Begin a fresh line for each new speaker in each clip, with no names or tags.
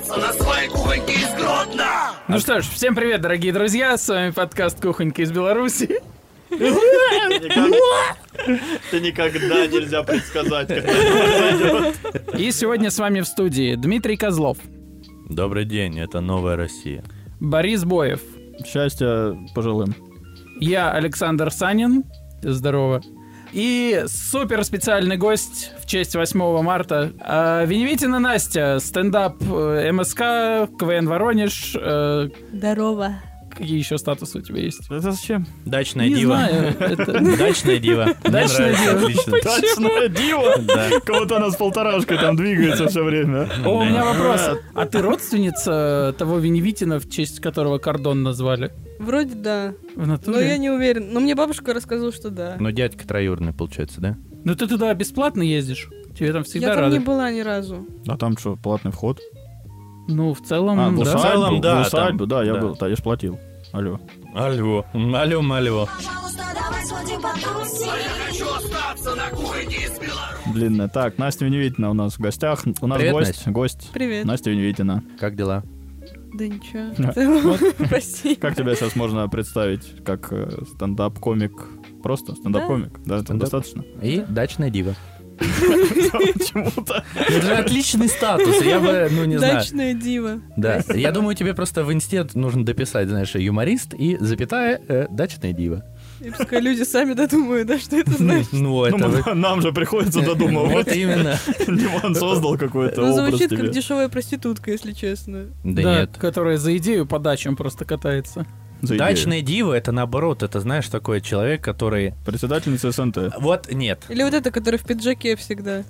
остаться на своей кухоньке из Гродно.
Ну что ж, всем привет, дорогие друзья, с вами подкаст «Кухонька из Беларуси».
Это никогда нельзя предсказать, когда это произойдет.
И сегодня с вами в студии Дмитрий Козлов,
Добрый день, это Новая Россия.
Борис Боев,
Счастья пожилым.
я Александр Санин, здорово, и супер специальный гость в честь 8 марта Веневитина Настя, стендап МСК, КВН Воронеж.
Здорово.
Какие еще статусы у тебя есть?
Это зачем?
Дачная
Не
дива.
знаю, это...
Дачная дива. Мне
Дачная
нравится,
дива.
отлично.
Дачная дива?
Да.
Кого-то она с полторашкой там двигается все время.
О, у меня вопрос. А ты родственница того Веневитина, в честь которого кордон назвали?
Вроде да.
В
Но
натуре?
я не уверен. Но мне бабушка рассказала, что да.
Ну, дядька троюродный, получается, да?
Ну ты туда бесплатно ездишь? Тебе там всегда
Я там
рады?
не была ни разу.
А там что, платный вход?
Ну, в целом,
в
да.
в целом, да,
В усадьбу,
там,
да, я
да.
был, да, я ж платил. Алло.
Алло. Алло.
Хочу остаться на кухоньке из Беларуси.
Длинная. Так, Настя Веневитина у нас в гостях. У нас
Привет,
гость.
Привет.
Настя Веневитина.
Как дела?
Да ничего. Прости.
Как тебя сейчас можно представить? Как стендап-комик? Просто стендап-комик? Да, это
Стендап.
достаточно?
И дачная дива.
Почему-то.
Это же отличный статус, я бы, ну, не знаю.
Дачная дива.
Да, я думаю, тебе просто в инсте нужно дописать, знаешь, юморист и запятая дачная дива.
И пускай люди сами додумают, да, что это значит.
Ну, это вы...
Нам же приходится додумывать.
Вот именно.
Димон создал какой-то
Ну,
образ
звучит
тебе.
как дешевая проститутка, если честно.
Да
Да,
нет.
которая за идею по дачам просто катается.
За идею.
Дачная дива, это наоборот, это, знаешь, такой человек, который...
Председательница СНТ.
Вот, нет.
Или вот это, который в пиджаке всегда.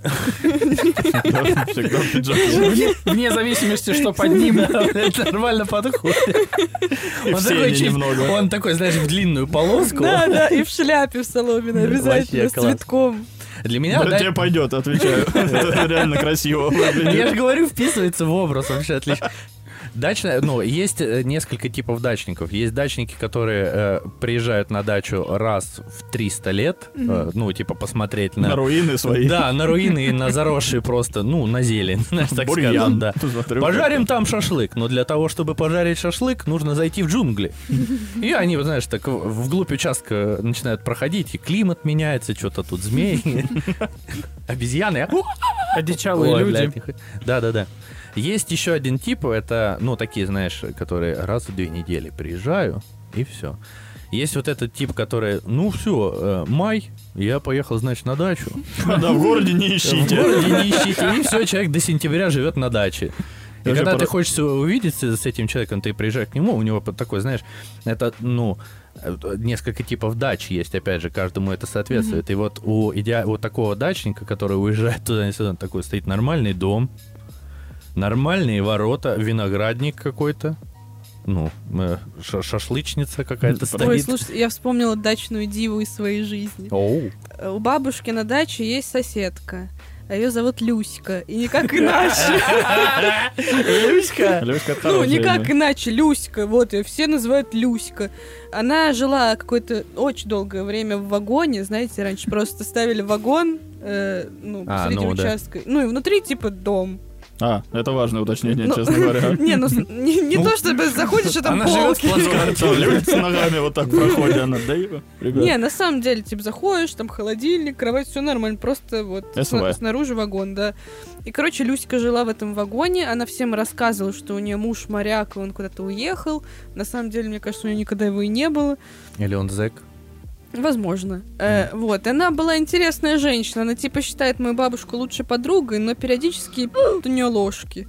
Всегда в пиджаке.
Вне зависимости, что под ним.
Это нормально подходит.
И в сене немного.
Он такой, знаешь, в длинную полоску.
Да, да, и в шляпе в соломенной обязательно,
Вообще
с
класс.
цветком.
Для меня...
Да, тебе пойдет, отвечаю. Это реально красиво
Я
выглядит.
же говорю, вписывается в образ вообще отлично. Дачная, ну, есть несколько типов дачников. Есть дачники, которые приезжают на дачу раз в 300 лет, ну, типа, посмотреть
На руины свои.
Да, на руины и на заросшие просто, ну, на зелень, знаешь, так
Бурьян.
скажем, да.
Посмотрю,
Пожарим там шашлык, но для того, чтобы пожарить шашлык, нужно зайти в джунгли. И они, вот, знаешь, так вглубь участка начинают проходить, и климат меняется, что-то тут змеи, обезьяны.
Одичалые
Ой,
люди.
блядь. Да. Есть еще один тип, это, ну, такие, знаешь, которые раз в 2 недели приезжаю, и все. Есть вот этот тип, который, ну, все, май, я поехал, значит, на дачу.
Да, в городе не
В
ищите.
городе не ищите, и все, человек до сентября живет на даче. И
Я
когда
же
ты хочешь увидеться с этим человеком, ты приезжаешь к нему, у него такой, знаешь, это, ну, несколько типов дач есть, опять же, каждому это соответствует. И вот у такого дачника, который уезжает туда-сюда, такой стоит нормальный дом, нормальные ворота, виноградник какой-то, ну, шашлычница какая-то
Ой,
стоит.
слушай, я вспомнила дачную диву из своей жизни.
Оу.
У бабушки на даче есть соседка. А ее зовут Люська. И никак иначе.
Люська.
Лёшка,
Ну,
хорошее
никак
имя.
иначе. Люська. Вот ее все называют Люська. Она жила какое-то очень долгое время в вагоне. Знаете, раньше просто ставили вагон, ну, посреди
ну да.
участка. Ну, и внутри типа дом.
А, это важное уточнение,
Ну,
честно говоря.
Не, ну, не то, чтобы заходишь, и там
Она живет с
полки.
плацкартом.
Люди с ногами вот так проходят, она, да, ребят.
Не, на самом деле, типа, заходишь, там холодильник, кровать, все нормально, просто вот
СВ.
снаружи вагон, да. И, короче, Люська жила в этом вагоне, она всем рассказывала, что у нее муж моряк, и он куда-то уехал. На самом деле, мне кажется, у нее никогда его и не было.
Или он зэк.
Возможно. Вот, и она была интересная женщина, она, типа, считает мою бабушку лучшей подругой, но периодически у нее ложки.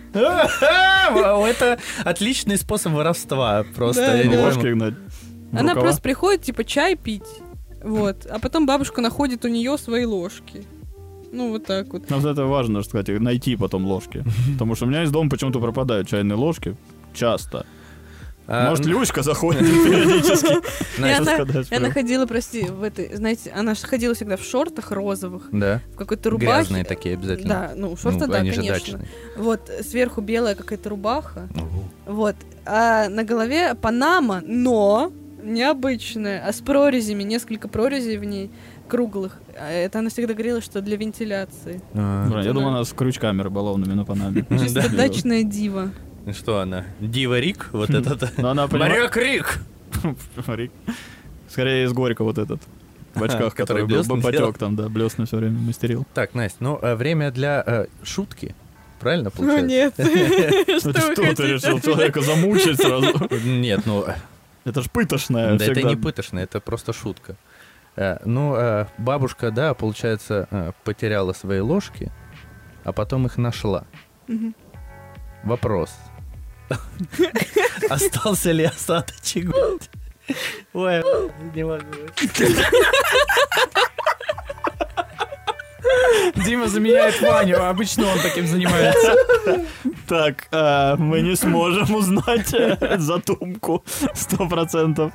Это отличный способ воровства. Просто
Да,
я не
да.
Ложки
пойму.
гнать. в
Она
рукава.
просто приходит, типа, чай пить, вот, а потом бабушка находит у нее свои ложки. Ну, вот так вот.
Но вот это важно, что сказать, найти потом ложки. Потому что у меня из дома почему-то пропадают чайные ложки. Часто. Может, Люська заходит периодически.
И она ходила, прости, в этой, знаете, она же ходила всегда в шортах розовых,
Да.
в какой-то рубахе.
Грязные такие обязательно.
Да, ну, шорты,
Ну,
да,
они же
конечно.
дачные.
Вот, сверху белая какая-то рубаха, вот, а на голове панама, но необычная, а с прорезями, несколько прорезей в ней. круглых. А это она всегда говорила, что для вентиляции.
Я думал, она с крючками рыболовными на Панаме.
Чисто дачная дива.
Что она? Дива Рик? Вот этот?
Но она
Моряк Рик!
Рик. Скорее из Горько вот этот. В очках, который
блесну
потек там, да, блесну все время мастерил.
Так, Настя, время для шутки. Правильно
О,
получается?
нет.
Что ты решил человека замучить сразу?
Нет,
Это ж пытошное.
да это не пытошно, это просто шутка. Бабушка, да, получается, потеряла свои ложки, а потом их нашла.
Мгм.
Вопрос. Остался ли осадочек? Ой, не могу.
Дима заменяет Ваню, а обычно он таким занимается.
Так, мы не сможем узнать задумку 100%.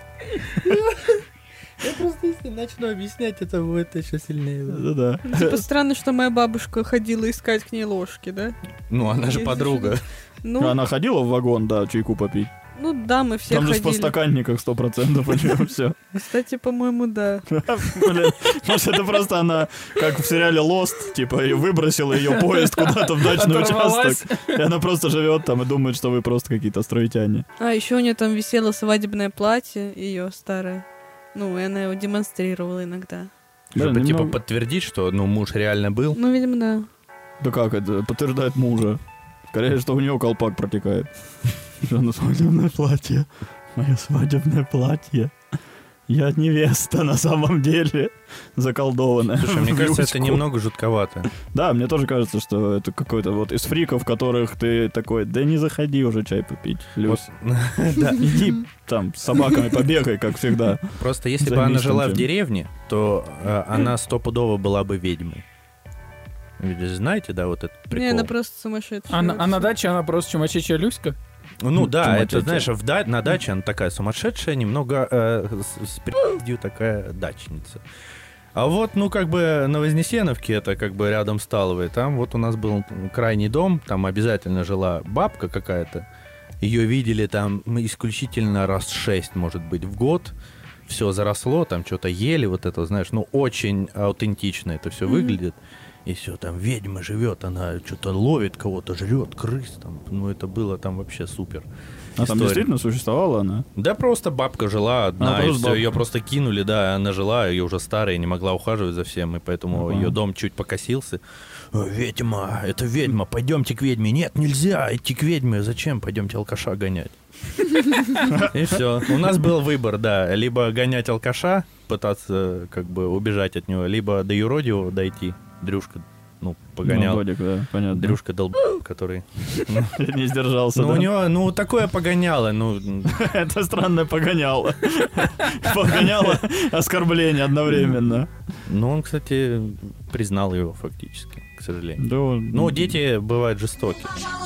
Я просто если начну объяснять, это будет еще сильнее.
Да-да.
Типа странно, что моя бабушка ходила искать к ней ложки, да?
Ну, она же
Если
подруга.
Ну,
Она ходила в вагон, да, чайку попить.
ну да, мы все
Там же в
ходили.
подстаканниках 100% у нее все.
Кстати, по-моему, да.
Блин, может, это просто она, как в сериале Lost, типа, ее выбросила ее поезд куда-то в дачный
Оторвалась.
участок. И она просто живет там и думает, что вы просто какие-то островитяне.
А еще у нее там висело свадебное платье, ее старое. Ну, и она его демонстрировала иногда.
Чтобы,
Блин,
типа,
немного-
подтвердить, что, муж реально был.
Ну, видимо, да.
Да как это? Подтверждает мужа. Скорее, что у нее колпак протекает. Что на свадебное платье. Мое свадебное платье. Я невеста на самом деле. Заколдованная.
Слушай, мне
в
кажется,
Люську.
это немного жутковато.
Да, мне тоже кажется, что это какой-то вот из фриков, которых ты такой, да не заходи уже чай попить, Люсь.
Да.
Иди там с собаками побегай, как всегда.
Просто если бы
Займись
она
там
жила в
чем.
деревне, то она стопудово была бы ведьмой. Ведь знаете, да, вот этот прикол?
Не, она просто сумасшедшая.
А на
вообще.
даче она просто чумачечья Люська.
Ну да, это,
Чумачечая.
знаешь, на даче она такая сумасшедшая, немного с придью такая дачница. А вот, как бы на Вознесеновке, это как бы рядом с Таловой, там вот у нас был крайний дом, там обязательно жила бабка какая-то. Ее видели там исключительно раз 6, может быть, в год. Все заросло, там что-то ели, вот это, знаешь, очень аутентично это все выглядит. И все, там ведьма живет, она что-то ловит кого-то, жрет крыс. Там, это было там вообще супер.
А там
история.
действительно существовала она?
Да просто бабка жила одна,
А,
и
просто
все,
бабка.
ее просто кинули, да, она жила, ее уже старая, не могла ухаживать за всем, и поэтому
Ага.
ее дом чуть покосился. Ведьма, это ведьма, пойдемте к ведьме. Нет, нельзя идти к ведьме, зачем? Пойдемте алкаша гонять. И все. У нас был выбор, да, либо гонять алкаша, пытаться как бы убежать от него, либо до юродивого дойти. Дрюшка, погонял.
Ну, Бодик, да, понятно.
Дрюшка который...
Не сдержался,
у
да?
него, такое погоняло,
Это странное погоняло. Погоняло оскорбление одновременно.
он, кстати, признал его фактически, к сожалению.
Да,
Дети бывают жестоки.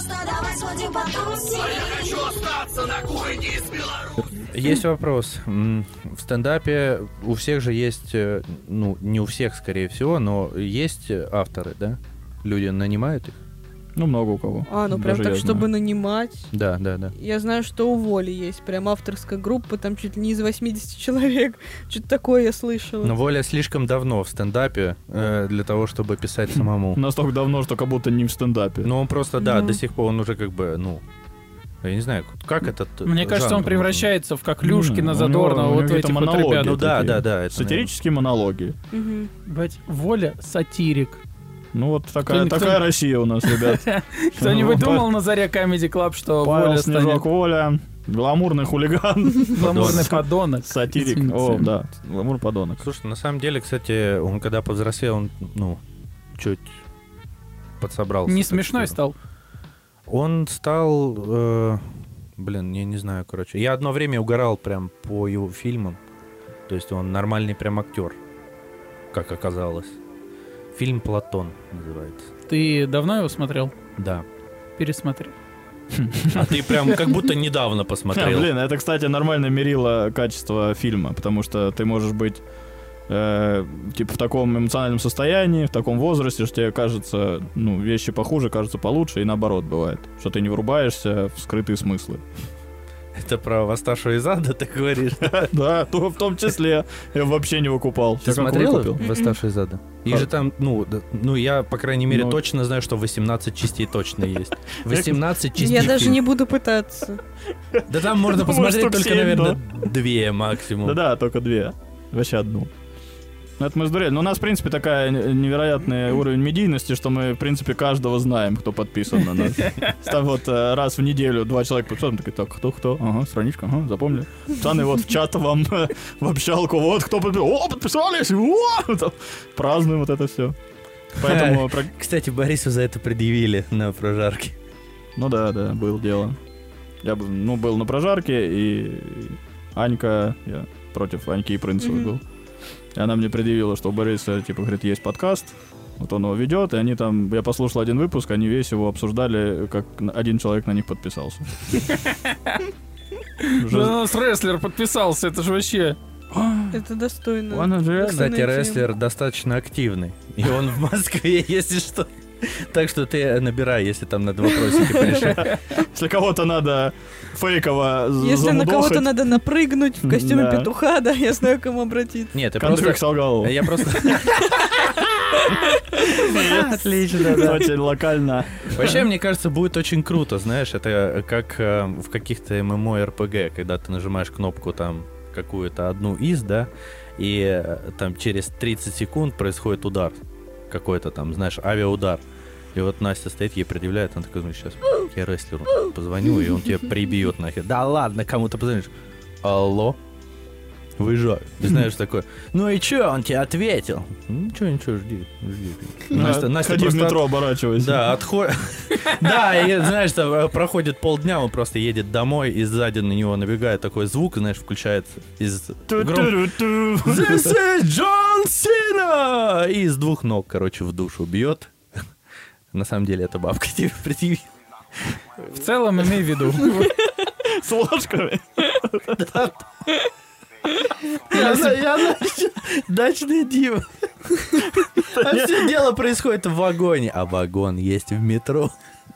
Я хочу остаться на кухне из Беларуси.
Есть вопрос. В стендапе у всех же есть, не у всех, скорее всего, но есть авторы, да? Люди нанимают их?
много у кого.
А, прям
Даже
так,
я
чтобы
знаю.
нанимать.
Да.
Я знаю, что у Воли есть прям авторская группа, там чуть ли не из 80 человек. Что-то такое я слышала.
Но Воля слишком давно в стендапе для того, чтобы писать самому.
Настолько давно, что как будто не в стендапе.
Но он просто, да,
Ну.
до сих пор он уже как бы, я не знаю, как этот
Мне кажется, он
жанр
превращается в как
У
Люшкина,
него
Задорнова, вот в
какие-то
этих вот
монологи
ребят.
можно. Ну да,
такие.
да. это,
Сатирические монологи.
Мгм.
Бать, Воля сатирик.
Ну вот такая
Кто-нибудь-
Россия у нас, ребят.
Кто-нибудь
Ну,
думал на заре Comedy Club, что
Павел
Воля
Снежок
станет
Воля, гламурный хулиган,
гламурный подонок?
сатирик.
Извините.
О, да, гламур подонок.
Слушай, на самом деле, кстати, он когда повзрослел, он, чуть подсобрался.
Не
так
смешной
скажем.
стал.
Он стал, я не знаю, короче. Я одно время угорал прям по его фильмам. То есть он нормальный прям актер, как оказалось. Фильм «Платон» называется.
Ты давно его смотрел?
Да.
Пересмотри.
А ты прям как будто недавно посмотрел.
Блин, это, кстати, нормально мерило качество фильма, потому что ты можешь быть в таком эмоциональном состоянии, в таком возрасте, что тебе кажется, вещи похуже, кажутся получше, и наоборот бывает, что ты не врубаешься в скрытые смыслы.
Это про «Восставшего из ада» ты говоришь?
Да, в том числе. Я вообще не выкупал.
Ты смотрел «Восставший из ада»? Их же там, ну, я, по крайней мере, точно знаю, что 18 частей точно есть. 18 частей.
Я даже не буду пытаться.
Да там можно посмотреть только, наверное, 2 максимум.
Да-да, только 2. Вообще одну. Это мы сдурели. Но у нас, в принципе, такая невероятный уровень медийности, что мы, в принципе, каждого знаем, кто подписан на нас. Там вот раз в неделю 2 человека подписаны, такие, так, кто? Ага, страничка, ага, запомнили. Пацаны, вот в чат вам, в общалку, вот кто подписался. О, подписались! О! Празднуем вот это все. Поэтому...
Кстати, Борису за это предъявили на прожарке.
Ну да, было дело. Я был на прожарке, и Анька, я против Аньки и Принцевой был. И она мне предъявила, что у Бориса, типа, говорит, есть подкаст, вот он его ведет, и они там, я послушал один выпуск, они весь его обсуждали, как один человек на них подписался.
Да у нас рестлер подписался, это же вообще...
Это достойно.
Кстати, рестлер достаточно активный, и он в Москве, если что. Так что ты набирай, если там надо вопросики порешать.
Если кого-то надо фейково замудохать.
Если на кого-то надо напрыгнуть в костюме петуха, да, я знаю, к кому обратиться.
Нет, ты просто... Я просто... Отлично, да.
Очень локально.
Вообще, мне кажется, будет очень круто, знаешь, это как в каких-то MMORPG, когда ты нажимаешь кнопку там какую-то одну из, да, и там через 30 секунд происходит удар. Какой-то там, знаешь, авиаудар. И вот Настя стоит, ей предъявляет, она такая, ну сейчас я рестлеру позвоню, и он тебе прибьет нахер. Да ладно, кому ты позвонишь? Алло? Выезжаю. Ты знаешь, такое, ну и чё, он тебе ответил? Ничего, жди.
Настя ходи в метро, оборачивайся.
Да, отходит. Да, и знаешь, там проходит полдня, он просто едет домой, и сзади на него набегает такой звук, знаешь, включается из... This is John Cena! И с 2 ног, короче, в душу бьет. На самом деле, это бабка тебе предъявила.
В целом, имей в виду.
С ложками.
Я дачный дива. А все дело происходит в вагоне, а вагон есть в метро.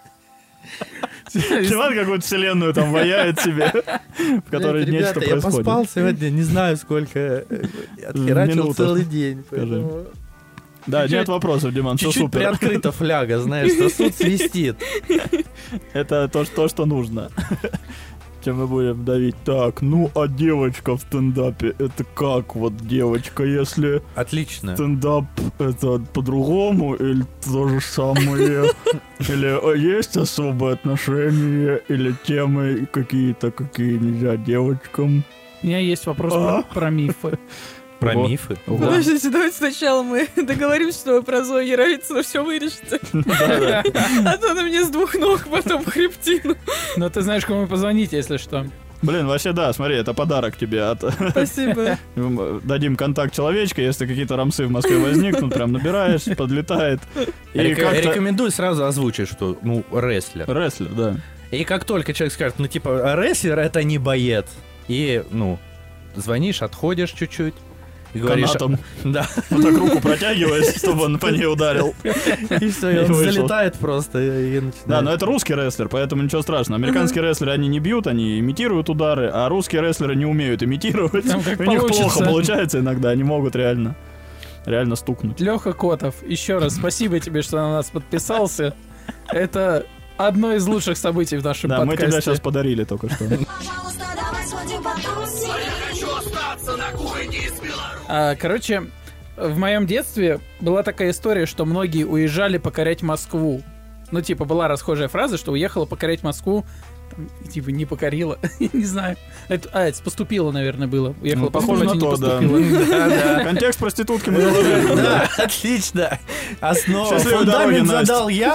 Чувак какую-то вселенную там ваяет себе, в которой нечто происходит.
Я поспал сегодня, не знаю сколько, отхерачил целый день.
Да, нет вопросов, Диман, все
чуть-чуть
супер.
приоткрыта фляга, знаешь, сосуд свистит.
Это то, что нужно. Чем мы будем давить. Так, ну а девочка в стендапе, это как вот девочка, если...
Отлично.
Стендап это по-другому, или то же самое, или есть особые отношения, или темы какие-то, какие нельзя девочкам.
У меня есть вопрос про мифы.
Про мифы?
Подождите, давайте сначала мы договоримся, что вы про Зою Яровицыну все вырежете. А то на мне с 2 ног, потом хребтину.
Но ты знаешь, кому позвонить, если что.
Блин, вообще да, смотри, это подарок тебе от...
Спасибо.
Дадим контакт человечка, если какие-то рамсы в Москве возникнут, прям набираешь, подлетает.
Рекомендую сразу озвучить, что, ну, рестлер.
Рестлер, да.
И как только человек скажет, ну, типа, рестлер — это не боец. И, ну, звонишь, отходишь чуть-чуть. И говоришь,
канатом.
Да.
Вот так руку протягиваешь, чтобы он по ней ударил.
И все, и он залетает просто.
Да, но это русский рестлер, поэтому ничего страшного. Американские рестлеры, они не бьют, они имитируют удары, а русские рестлеры не умеют имитировать. У них плохо получается иногда, они могут реально стукнуть.
Леха Котов, еще раз спасибо тебе, что на нас подписался. Это одно из лучших событий в нашем подкасте.
Да, мы тебя сейчас подарили только что.
Короче, в моем детстве была такая история, что многие уезжали покорять Москву. Ну, типа, была расхожая фраза, что уехала покорять Москву, там, типа, не покорила, не знаю. Это поступила, наверное, было. Уехала
похоже на то, да. Контекст проститутки мы заложили.
Да, отлично. Основа, фундамент задал я.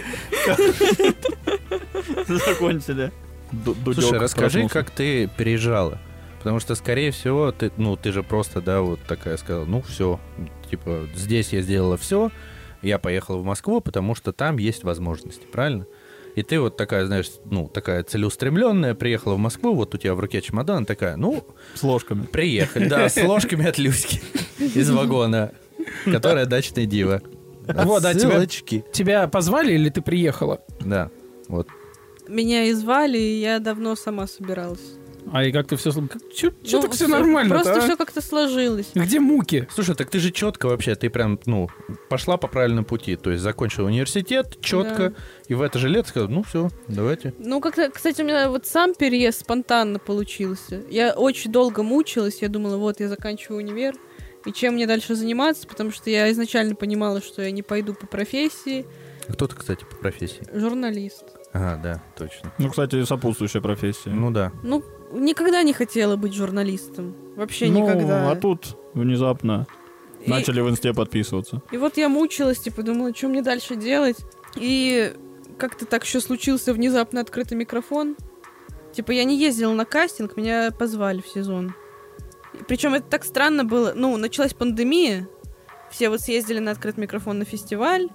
Закончили.
Слушай, расскажи, как ты переезжала. Потому что, скорее всего, ты же просто, да, вот такая сказала, ну, все, типа, здесь я сделала все, я поехала в Москву, потому что там есть возможности, правильно? И ты вот такая, знаешь, ну, такая целеустремленная, приехала в Москву, вот у тебя в руке чемодан, такая, ну...
С ложками.
Приехали, да, с ложками от Люськи из вагона, которая дачная дива.
Вот, да, тебя позвали или ты приехала?
Да, вот.
меня и звали, и я давно сама собиралась.
А и как ты все... Чё
Ну,
так все нормально-то,
Просто
а?
все как-то сложилось.
Где муки?
Слушай, так ты же четко вообще, ты прям, пошла по правильному пути. То есть закончила университет четко, и в это же лето сказала, ну все, давайте.
Ну, как-то, кстати, у меня вот сам переезд спонтанно получился. Я очень долго мучилась, я думала, вот, я заканчиваю универ, и чем мне дальше заниматься, потому что я изначально понимала, что я не пойду по профессии.
Кто ты, кстати, по профессии?
Журналист.
Ага, да, точно.
Ну, кстати, сопутствующая профессия.
Ну да.
Ну, никогда не хотела быть журналистом. Вообще
Ну,
никогда.
а тут внезапно
И-
начали в инсте подписываться.
И вот я мучилась, типа, думала, что мне дальше делать. И как-то так еще случился внезапно открытый микрофон. Типа, я не ездила на кастинг, меня позвали в сезон. Причем это так странно было. Ну, началась пандемия, все вот съездили на открытый микрофон на фестиваль,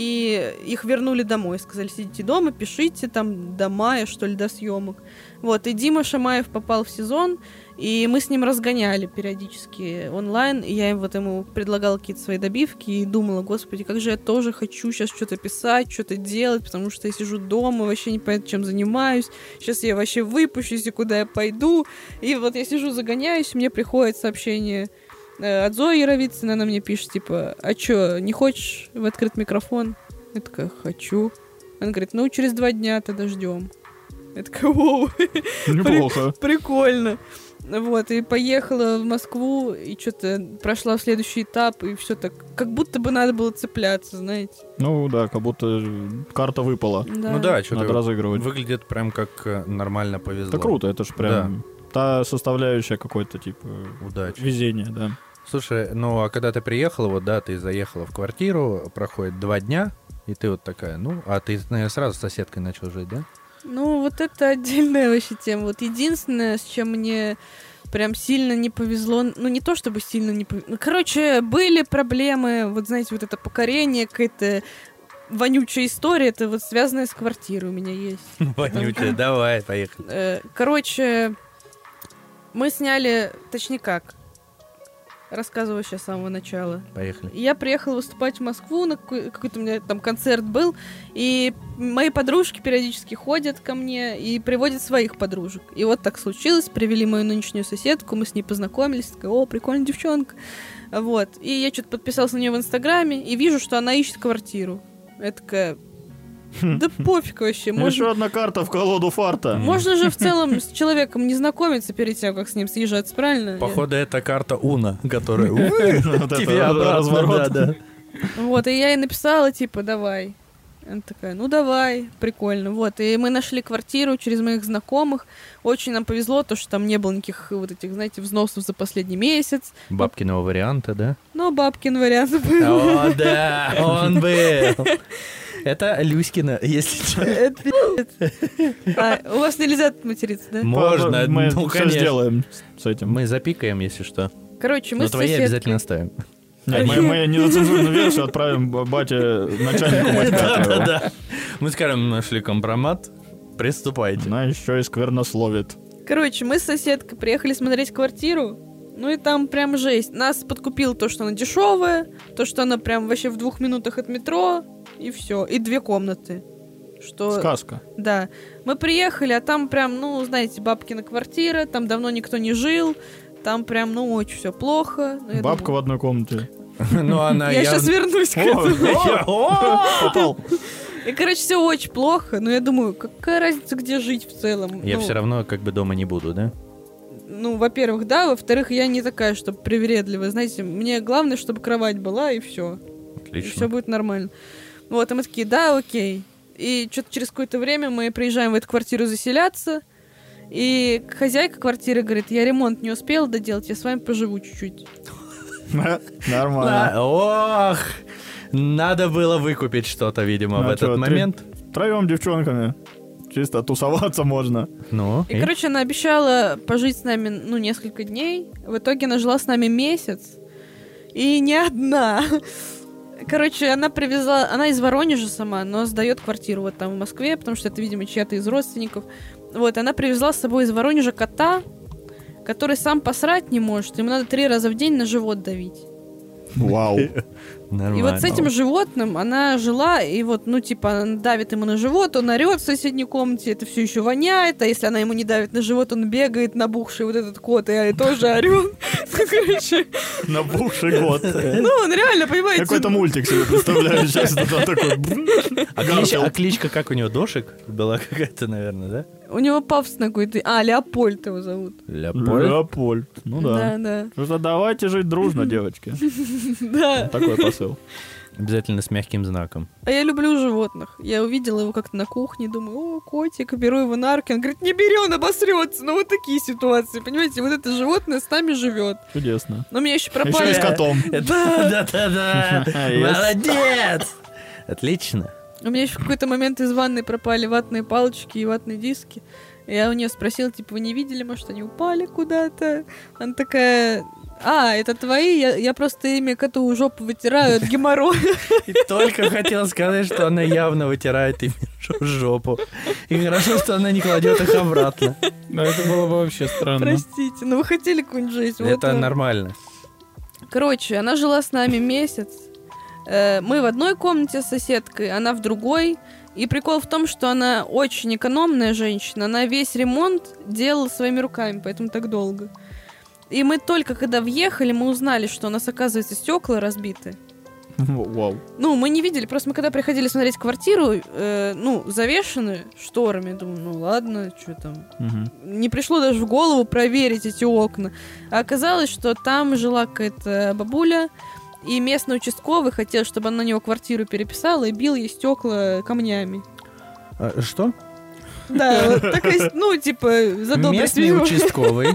и их вернули домой. Сказали, сидите дома, пишите там до мая, что ли, до съемок. Вот, и Дима Шамаев попал в сезон, и мы с ним разгоняли периодически онлайн, и я ему предлагала какие-то свои добивки, и думала, господи, как же я тоже хочу сейчас что-то писать, что-то делать, потому что я сижу дома, вообще не понятно, чем занимаюсь, сейчас я вообще выпущусь, и куда я пойду. И вот я сижу, загоняюсь, мне приходит сообщение от Зои Яровицыной, она мне пишет, типа, а чё, не хочешь в открытый микрофон? Я такая, хочу. Она говорит, ну, через 2 дня тогда ждем. Я такая, оу,
Неплохо.
прикольно. Вот, и поехала в Москву, и что-то прошла в следующий этап, и все так, как будто бы надо было цепляться, знаете.
Ну да, как будто карта выпала.
Да.
Ну да, что-то
Надо разыгрывать.
выглядит прям как нормально повезло.
Это круто, это же прям та составляющая какой-то, типа,
Удачи.
везения, да.
Слушай, ну а когда ты приехала, вот да, ты заехала в квартиру, проходит 2 дня, и ты вот такая, ну, а ты, наверное, сразу с соседкой начал жить, да?
Ну, вот это отдельная вообще тема. Вот единственное, с чем мне прям сильно не повезло, ну, не то чтобы сильно не повезло, короче, были проблемы, вот знаете, вот это покорение, какая-то вонючая история, это вот связанная с квартирой у меня есть.
Вонючая, давай, поехали.
Короче, мы сняли, точнее как, рассказываю сейчас с самого начала.
Поехали.
Я приехала выступать в Москву, на какой-то у меня там концерт был, и мои подружки периодически ходят ко мне и приводят своих подружек. И вот так случилось, привели мою нынешнюю соседку, мы с ней познакомились, такая, о, прикольная девчонка. Вот, и я что-то подписалась на нее в Инстаграме, и вижу, что она ищет квартиру. Я такая, да пофиг вообще,
Еще одна карта в колоду фарта.
можно же в целом с человеком не знакомиться перед тем, как с ним съезжаться, правильно?
Походу, это карта Уна, которая
Вот
тебе
это
обратно,
разворот.
да.
Вот, и я ей написала, типа, давай. Она такая, ну давай, прикольно. Вот, и мы нашли квартиру через моих знакомых. Очень нам повезло, то, что там не было никаких вот этих, знаете, взносов за последний месяц.
Бабкиного варианта, да?
Но бабкин вариант был.
О, да, он был. Это Люськина, если что.
Это пи***ц. У вас нельзя материться, да?
Можно,
Мы
ну,
все
конечно.
сделаем с этим.
Мы запикаем, если что.
Короче, мы
Но
с
твои
соседкой...
обязательно оставим.
Мы нецензурную версию отправим бате начальнику Матька.
Да. Мы скажем, нашли компромат, приступайте.
Она еще и сквернословит.
Короче, мы с соседкой приехали смотреть квартиру. Ну и там прям жесть. Нас подкупило то, что она дешевая, то, что она прям вообще в 2 минутах от метро, и все. И 2 комнаты. Что...
Сказка.
Да. Мы приехали, а там прям, ну, знаете, бабкина квартира, там давно никто не жил, там прям, ну, очень все плохо. Ну, я
Бабка в
думаю,
одной комнате.
Ну, она
я сейчас вернусь к этому.
Попал.
И, короче, все очень плохо, но я думаю, какая разница, где жить в целом?
Я
Ну,
все равно как бы дома не буду, да?
Ну, во-первых, да, во-вторых, я не такая, чтобы привередливая. Знаете, мне главное, чтобы кровать была, и все. И все
Отлично.
будет нормально. Вот, и мы такие, да, окей. И что-то через какое-то время мы приезжаем в эту квартиру заселяться, и хозяйка квартиры говорит, я ремонт не успела доделать, я с вами поживу чуть-чуть.
Нормально.
Ох, надо было выкупить что-то, видимо,
Ну,
в
а
этот
чё,
момент.
Троем девчонками. Чисто тусоваться можно.
Ну,
И, короче, она обещала пожить с нами, ну, несколько дней. В итоге она жила с нами месяц. И не одна. Короче, она привезла... Она из Воронежа сама, но сдает квартиру вот там в Москве, потому что это, видимо, чья-то из родственников. Вот, она привезла с собой из Воронежа кота, который сам посрать не может. Ему надо 3 раза в день на живот давить.
Вау.
Нормально.
И вот с этим животным она жила, и вот, ну, типа, она давит ему на живот, он орет в соседней комнате, это все еще воняет, а если она ему не давит на живот, он бегает набухший вот этот кот, и тоже орет. Короче,
Набухший год.
ну, он реально, понимаете...
Какой-то мультик себе представляю сейчас. Он такой...
А кличка как у него? Дошик была какая-то, наверное, да?
У него пафос какой-то... А, Леопольд его зовут.
Леопольд. Ну да.
Да,
Что давайте жить дружно, девочки.
да.
Такой посыл.
Обязательно с мягким знаком.
А я люблю животных. Я увидела его как-то на кухне, думаю, о, котик, беру его на руки. Он говорит, не бери, он обосрется. Ну, вот такие ситуации, понимаете? Вот это животное с нами живет.
Чудесно.
Но меня еще
Еще
пропали...
и с котом.
Да-да-да.
Yes.
Молодец! Отлично.
У меня еще в какой-то момент из ванной пропали ватные палочки и ватные диски. Я у нее спросила, типа, вы не видели, может, они упали куда-то? Она такая... А, это твои? Я просто ими коту жопу вытираю от геморроя.
И только хотел сказать, что она явно вытирает им жопу. И хорошо, что она не кладет их обратно.
Да, это было бы вообще странно.
Простите, но вы хотели какую-нибудь жизнь? Вот
Это
вам.
нормально.
Короче, она жила с нами месяц. Мы в одной комнате с соседкой, она в другой. И прикол в том, что она очень экономная женщина. Она весь ремонт делала своими руками, поэтому так долго. И мы только когда въехали, мы узнали, что у нас, оказывается, стекла разбиты.
Вау.
Ну, мы не видели, просто мы когда приходили смотреть квартиру, завешены шторами, думаю, ну ладно, что там. Не пришло даже в голову проверить эти окна. А оказалось, что там жила какая-то бабуля, и местный участковый хотел, чтобы она на него квартиру переписала и бил ей стекла камнями.
Что?
Да, вот такая, ну, типа, за добрость
Местный
его.
участковый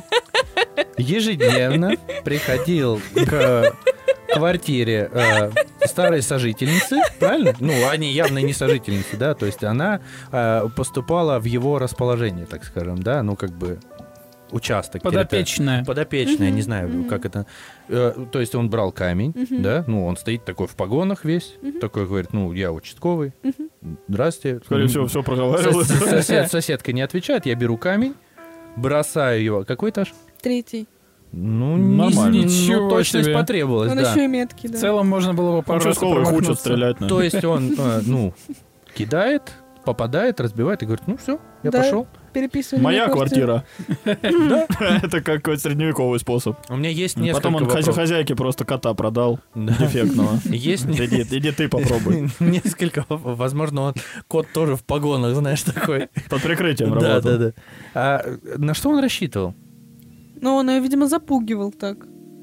ежедневно приходил к квартире старой сожительницы, правильно? Ну, они явно не сожительницы, да, то есть она поступала в его расположение, так скажем, да, ну, как бы участок.
Подопечная.
Подопечная, не знаю, как это. То есть он брал камень, да, ну, он стоит такой в погонах весь, такой говорит, ну, я участковый, здрасте.
Скорее всего, все проговаривал.
Соседка не отвечает, я беру камень, бросаю его. Какой этаж?
3.
Ну,
Нормально.
Ничего
точность
себе.
потребовалась,
Он
да.
еще и меткий,
В
да.
целом можно было бы попросту
Участковый учат
промахнуться.
стрелять.
То есть он, кидает, попадает, разбивает и говорит, ну все, я
Да.
пошел.
Переписывали
Моя
на квартиру.
квартира. Это какой-то средневековый способ.
У меня есть несколько
Потом он
вопросов.
хозяйке просто кота продал.
Да.
Дефектного.
Есть
Иди ты попробуй.
несколько, возможно, кот тоже в погонах, знаешь, такой.
Под прикрытием
Да,
работал.
да. А на что он рассчитывал?
Но он ее, видимо, запугивал так.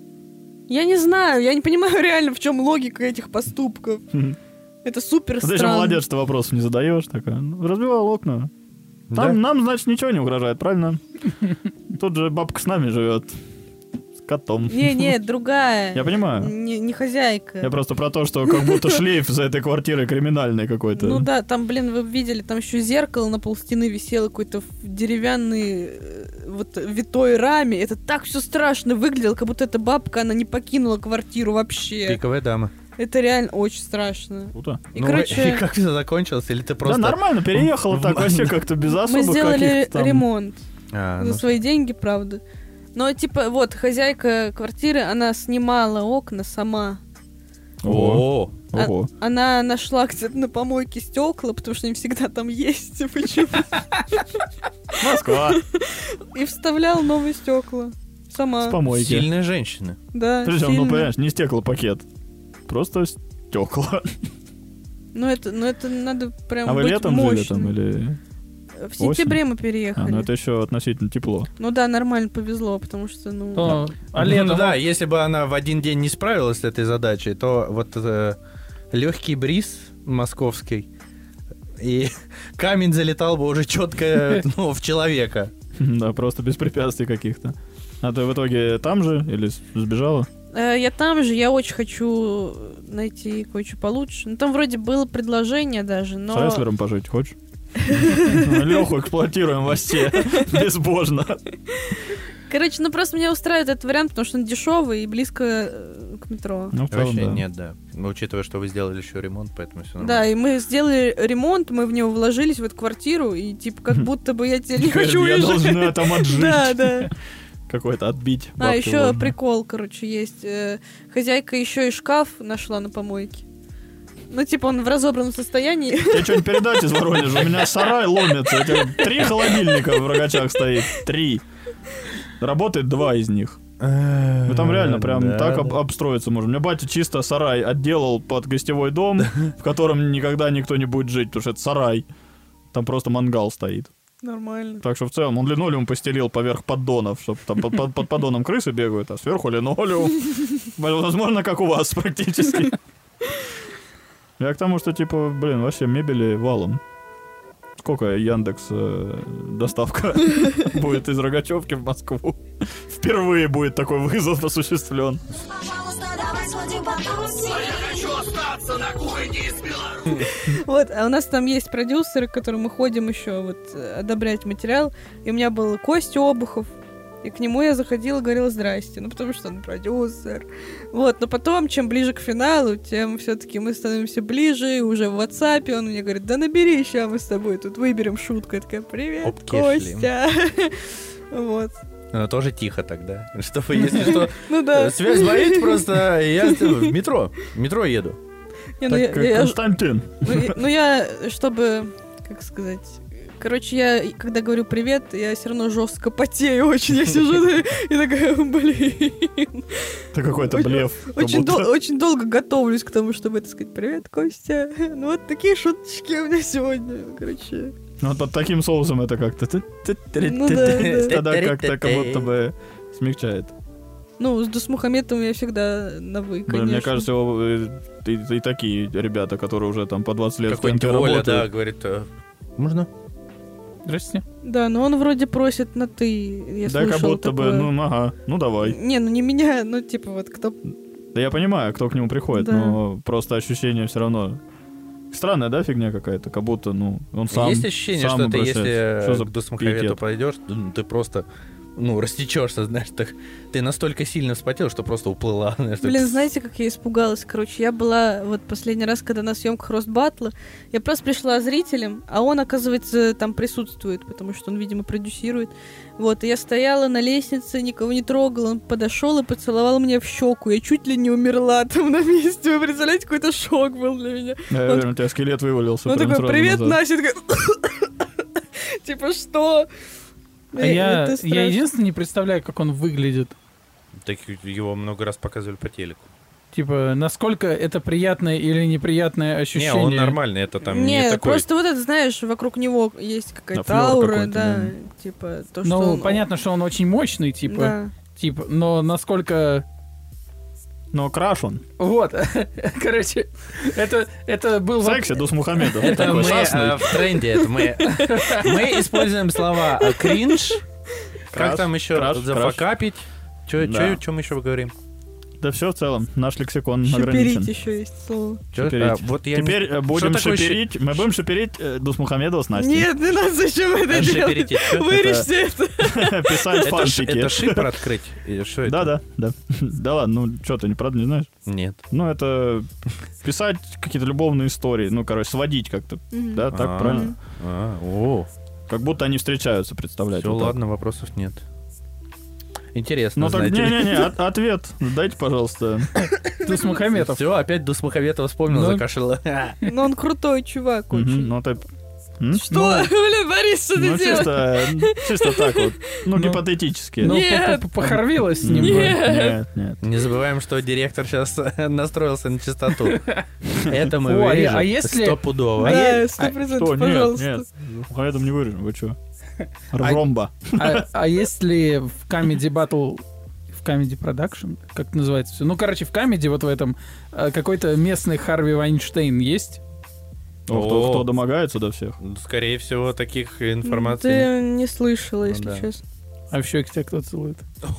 Я не знаю, я не понимаю реально, в чем логика этих поступков. Это супер
Ты еще
странно.
молодец, что вопросов не задаешь. Такая. Разбивал окна.
Да?
Нам, значит, ничего не угрожает, правильно? Тут же бабка с нами живет. С котом.
Не, другая.
Я понимаю.
Не хозяйка.
Я просто про то, что как будто шлейф за этой квартирой криминальный какой-то.
Ну да, там, блин, вы видели, там еще зеркало на полстены висело, какой-то деревянный вот витой раме. Это так все страшно выглядело, как будто эта бабка, она не покинула квартиру вообще.
Пиковая дама.
Это реально очень страшно.
Круто.
И,
Ну,
короче,
и как все закончилось? Или ты просто...
Да, нормально, переехала так, вообще как-то без
мы
особых
сделали
каких-то там...
ремонт
А,
за
ну,
свои деньги, правда. Но, типа, вот, хозяйка квартиры, она снимала окна сама.
О,
Ого.
Она нашла где-то на помойке стекла, потому что они всегда там есть. Почему?
Москва.
И вставляла новые стекла. Сама.
С помойки.
сильная женщина.
Да,
Причем, ну,
сильно.
понимаешь, не стеклопакет. Просто стекла.
Ну это надо прям
А вы
быть
летом жили
мощным.
там или...
В сентябре мы переехали.
ну это еще относительно тепло.
Ну да, нормально повезло, потому что, ну...
То- А
Ну
летом...
да, если бы она в один день не справилась с этой задачей, то вот легкий бриз московский, и камень залетал бы уже четко в человека.
Да, просто без препятствий каких-то. А ты в итоге там же или сбежала?
Я там же, я очень хочу найти кое-что получше. Ну там вроде было предложение даже, но...
С рестлером пожить хочешь? Леху эксплуатируем во все. Безбожно.
Короче, ну просто меня устраивает этот вариант, потому что он дешевый и близко к метро.
Ну, в целом,
Вообще
да.
нет, да. Но учитывая, что вы сделали еще ремонт, поэтому все
Да,
нормально.
и мы сделали ремонт, мы в него вложились в эту квартиру, и типа как будто бы я теперь не хочу
Я
уезжать.
должна там отжить.
Да, да.
какой-то отбить.
А,
бабки
еще
вложенные.
прикол, короче, есть. Хозяйка еще и шкаф нашла на помойке. Ну, типа, он в разобранном состоянии.
Тебе что-нибудь передать из Воронежа? У меня сарай ломится. У тебя 3 холодильника в Рогачах стоит. 3. Работает 2 из них. Ну там реально прям так обстроиться можно. У меня батя чисто сарай отделал под гостевой дом, в котором никогда никто не будет жить, потому что это сарай. Там просто мангал стоит.
Нормально.
Так что в целом он линолеум постелил поверх поддонов, чтобы там под поддоном крысы бегают, а сверху линолеум. Возможно, как у вас практически. Я к тому, что типа, вообще мебели валом. Сколько Яндекс доставка будет из Рогачевки в Москву? Впервые будет такой вызов осуществлен.
Я хочу остаться на кухне из Беларуси.
Вот, а у нас там есть продюсеры, к которым мы ходим еще вот одобрять материал. И у меня был Костя Обухов. И к нему я заходила и говорила здрасте. Ну, потому что он продюсер. Вот, но потом, чем ближе к финалу, тем все-таки мы становимся ближе. И уже в WhatsApp он мне говорит, да набери, сейчас мы с тобой тут выберем шутку. Я такая, привет,
Обкешли.
Костя. Вот.
Но тоже тихо тогда. Чтобы, если что,
Ну да.
связь сбоит, просто я в метро еду.
Не, ну,
Так,
я-
Константин.
Ну, я, чтобы, как сказать... Короче, я, когда говорю привет, я все равно жестко потею очень. Я сижу и такая, блин.
Это какой-то блеф. как будто.
Очень долго готовлюсь к тому, чтобы это сказать. Привет, Костя. Ну, вот такие шуточки у меня сегодня. Короче.
Ну, вот под таким соусом это как-то...
Ну да.
Тогда как-то как будто бы смягчает.
Ну, с Дусмухаметовым я всегда на «вы»,
Блин,
конечно.
мне кажется, и такие ребята, которые уже там по 20 лет в
Какой-нибудь
ТНТ
Оля, да,
работают.
говорит, можно?
Здрасте.
Да, но он вроде просит на «ты». Я
Да, как
слышала
будто бы,
такое.
ну, ага, ну давай.
Не, ну не меня, ну типа вот кто...
Да я понимаю, кто к нему приходит,
Да.
но просто ощущение все равно... Странная, да, фигня какая-то? Как будто, ну, он сам
Есть ощущение,
сам
что ты,
обращается.
если
Что за
к Дусмухамету
пиетет?
пойдешь, ты просто, растечешься, знаешь, ты настолько сильно вспотел, что просто уплыла. Знаешь, так.
Блин, знаете, как я испугалась? Короче, я была вот последний раз, когда на съемках Ростбаттла, я просто пришла зрителем, а он, оказывается, там присутствует, потому что он, видимо, продюсирует. Вот, и я стояла на лестнице, никого не трогала, он подошел и поцеловал меня в щеку. Я чуть ли не умерла там на месте. Вы представляете, какой-то шок был для меня.
Я уверен, у тебя скелет вывалился
Он
прям
такой,
сразу
привет,
назад.
Настя. Я такая, типа, что?
А я
Это страшно.
единственное не представляю, как он выглядит.
Так его много раз показывали по телеку.
Типа, насколько это приятное или неприятное
Не,
ощущение.
он нормальный, это там не
Нет,
такой...
просто вот это, знаешь, вокруг него есть какая-то
флёр
аура,
какой-то,
да,
да.
типа, то, что
Ну,
он...
понятно, что он очень мощный, типа,
Да.
типа, но насколько...
Но краш он.
Вот, короче, это был...
Секси, Дусмухаметов.
Это
такой
мы
шастный.
в тренде, это мы используем слова кринж, как
Краш,
там еще,
краш,
зафакапить,
Да.
чем мы еще говорим?
Да все в целом, наш лексикон
Шиперить
ограничен.
еще есть слово.
Чё?
Шиперить.
Вот я не-
Теперь будем
Что такое
шиперить. Мы будем шиперить Дусмухамедова с Настей.
Нет, не надо, зачем это делать?
Шиперить, чё?
Вырежьте это.
Писать
Это
фанфики.
шипер открыть? Или что это?
Да. Да ладно, ну что, ты правда не знаешь?
Нет.
Ну это писать какие-то любовные истории. Ну, короче, сводить как-то.
Мгм.
Да, так
А.
правильно?
О,
Как будто они встречаются, представляете.
все,
вот так.
ладно, вопросов нет. Интересно,
Ну так,
знаете.
не-не-не, ответ дайте, пожалуйста.
Дусмухаметов.
Все, опять Дусмухаметова вспомнил,
Ну.
закашлял.
Но он крутой чувак
Мгм,
очень.
Ну ты... М?
Что? Блин, Борис, что
Ну
ты делаешь?
чисто так вот. Ну,
Ну,
гипотетически.
Ну,
Нет.
похорвилась с ним.
Нет.
Нет.
Не забываем, что директор сейчас настроился на частоту. Это мы
О, а
вырежем.
если-
Стопудово.
Да,
Что?
100%, пожалуйста.
Нет. Поэтому не вырежем, вы что? Ромба.
А если в Comedy Battle, в Comedy Production, как это называется все? Ну, короче, в Comedy вот в этом какой-то местный Харви Вайнштейн есть?
Кто домогается до всех?
Скорее всего, таких информаций.
Ты не слышала, если
да.
честно.
А в щеки тебя кто целует?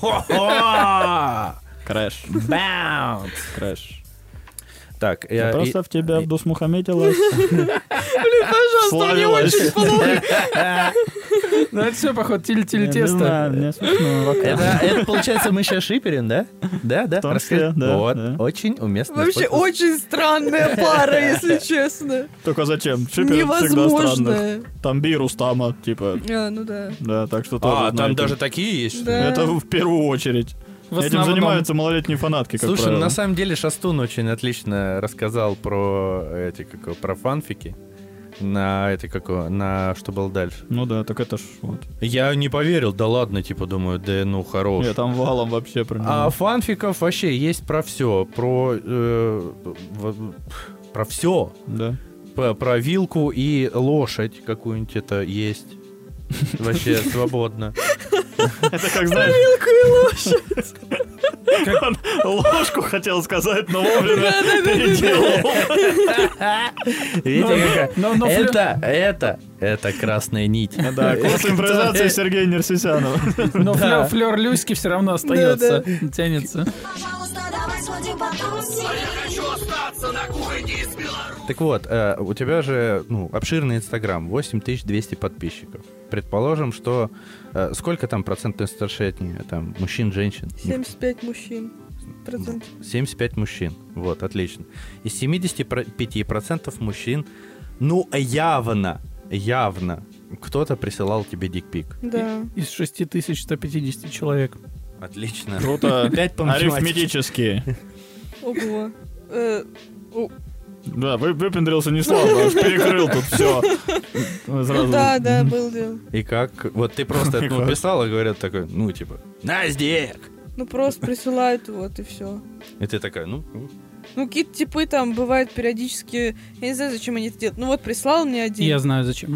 Крэш.
Баунс.
Крэш.
Так,
Я просто в тебя в Дусмухаметилась.
Пожалуйста, мне
Славилась.
очень плохо.
Ну, это все, походу, тиль-тиль
Не
тесто.
знаю, мне смешно.
Это, получается, мы сейчас шиперим, да? Да.
В том
Расскажи.
числе, да,
Вот,
да.
очень уместно.
Вообще очень странная пара, если честно.
Только зачем? Шиперы всегда странных.
Невозможно.
Там Би Рустама, типа.
Ну да.
Да, так что тоже
там
знаете.
даже такие есть, что ли?
Да.
Это в первую очередь.
В
Этим
основном.
занимаются малолетние фанатки, как
Слушай,
правило.
на самом деле Шастун очень отлично рассказал про про фанфики. На что было дальше.
Ну да, так это ж вот.
Я не поверил, да ладно, типа думаю, да ну хорош.
Нет, там валом вообще про него.
А фанфиков вообще есть про все, про все,
Да.
про вилку и лошадь какую-нибудь это есть. Вообще свободно.
Это как, знаешь... Он ложку хотел сказать, но вовремя переделал.
Видите,
но
это красная нить.
Да, курс импровизации Сергея Нерсисянова.
Но флёр Люськи все равно остается, тянется.
Я хочу остаться на кухне из Беларуси.
Так вот, у тебя же обширный Инстаграм, 8200 подписчиков. Предположим, что сколько там процентное соотношение там мужчин, женщин?
75 мужчин.
75 мужчин. Вот, отлично. Из 75% мужчин, явно кто-то присылал тебе дикпик.
Да.
Из 6150 человек.
Отлично.
Круто.
5 по математике.
Арифметически.
Ого.
Да, выпендрился не слабо, аж перекрыл тут все.
Да, был дело.
И как? Вот ты просто это писал, и говорят такой, Наздек!
Ну просто присылают, вот и все.
И ты такая,
Ну, какие-то типы там бывают периодически. Я не знаю, зачем они это делают. Ну вот прислал мне один.
Я знаю, зачем.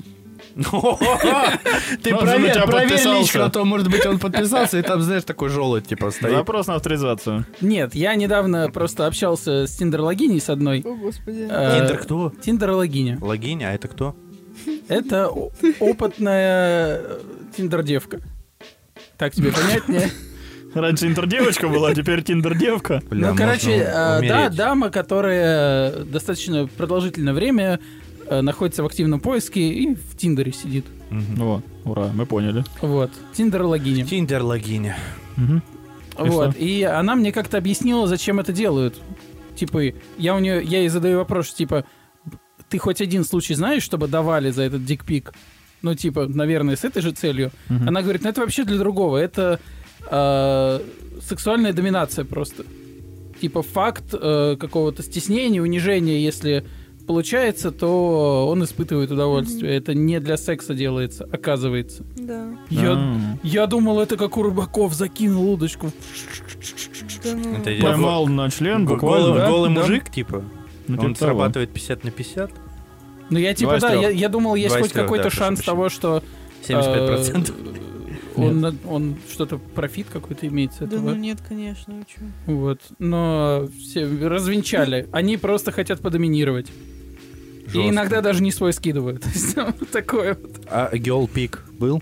Ты
Он же на тебя
проверь
подписался.
личку, а то, может быть, он подписался, и там, знаешь, такой желудь, типа, стоит.
Запрос на авторизацию.
Нет, я недавно просто общался с Тиндер-логиней с одной.
О, господи.
Тиндер кто?
Тиндер-логиня.
Логинь, а это кто?
Это опытная Тиндер-девка. Так тебе понятнее?
Раньше интердевочка была, теперь тиндер-девка.
Бля,
Ну, короче,
можно умереть.
дама, которая достаточно продолжительное время находится в активном поиске и в Тиндере сидит.
Вот, ура, мы поняли.
Вот. Тиндер-логиня.
Тиндер логинь.
Вот.
что?
И она мне как-то объяснила, зачем это делают. Типа, я ей задаю вопрос, типа, ты хоть один случай знаешь, чтобы давали за этот дикпик? Ну, типа, наверное, с этой же целью. Она говорит, это вообще для другого. Это сексуальная доминация просто. Типа, факт какого-то стеснения, унижения, если получается, то он испытывает удовольствие. Это не для секса делается, оказывается.
Да.
Я думал, это как у рыбаков, закинул удочку.
Да ну.
Это
Поймал на член, буквально.
голый
да.
мужик, типа?
Ну,
Он
типа того.
срабатывает 50 на 50?
Ну, я типа,
Два из
да,
трех.
я думал, есть
Два из
хоть
трех,
какой-то
да,
шанс
прошу
того, что
75%.
он что-то профит какой-то имеет с
Да
этого.
ну нет, конечно, вы чё.
Вот. Но все развенчали. Они просто хотят подоминировать. И
Жестко.
иногда даже не свой скидывают. То есть, вот такое вот.
А girl pick был?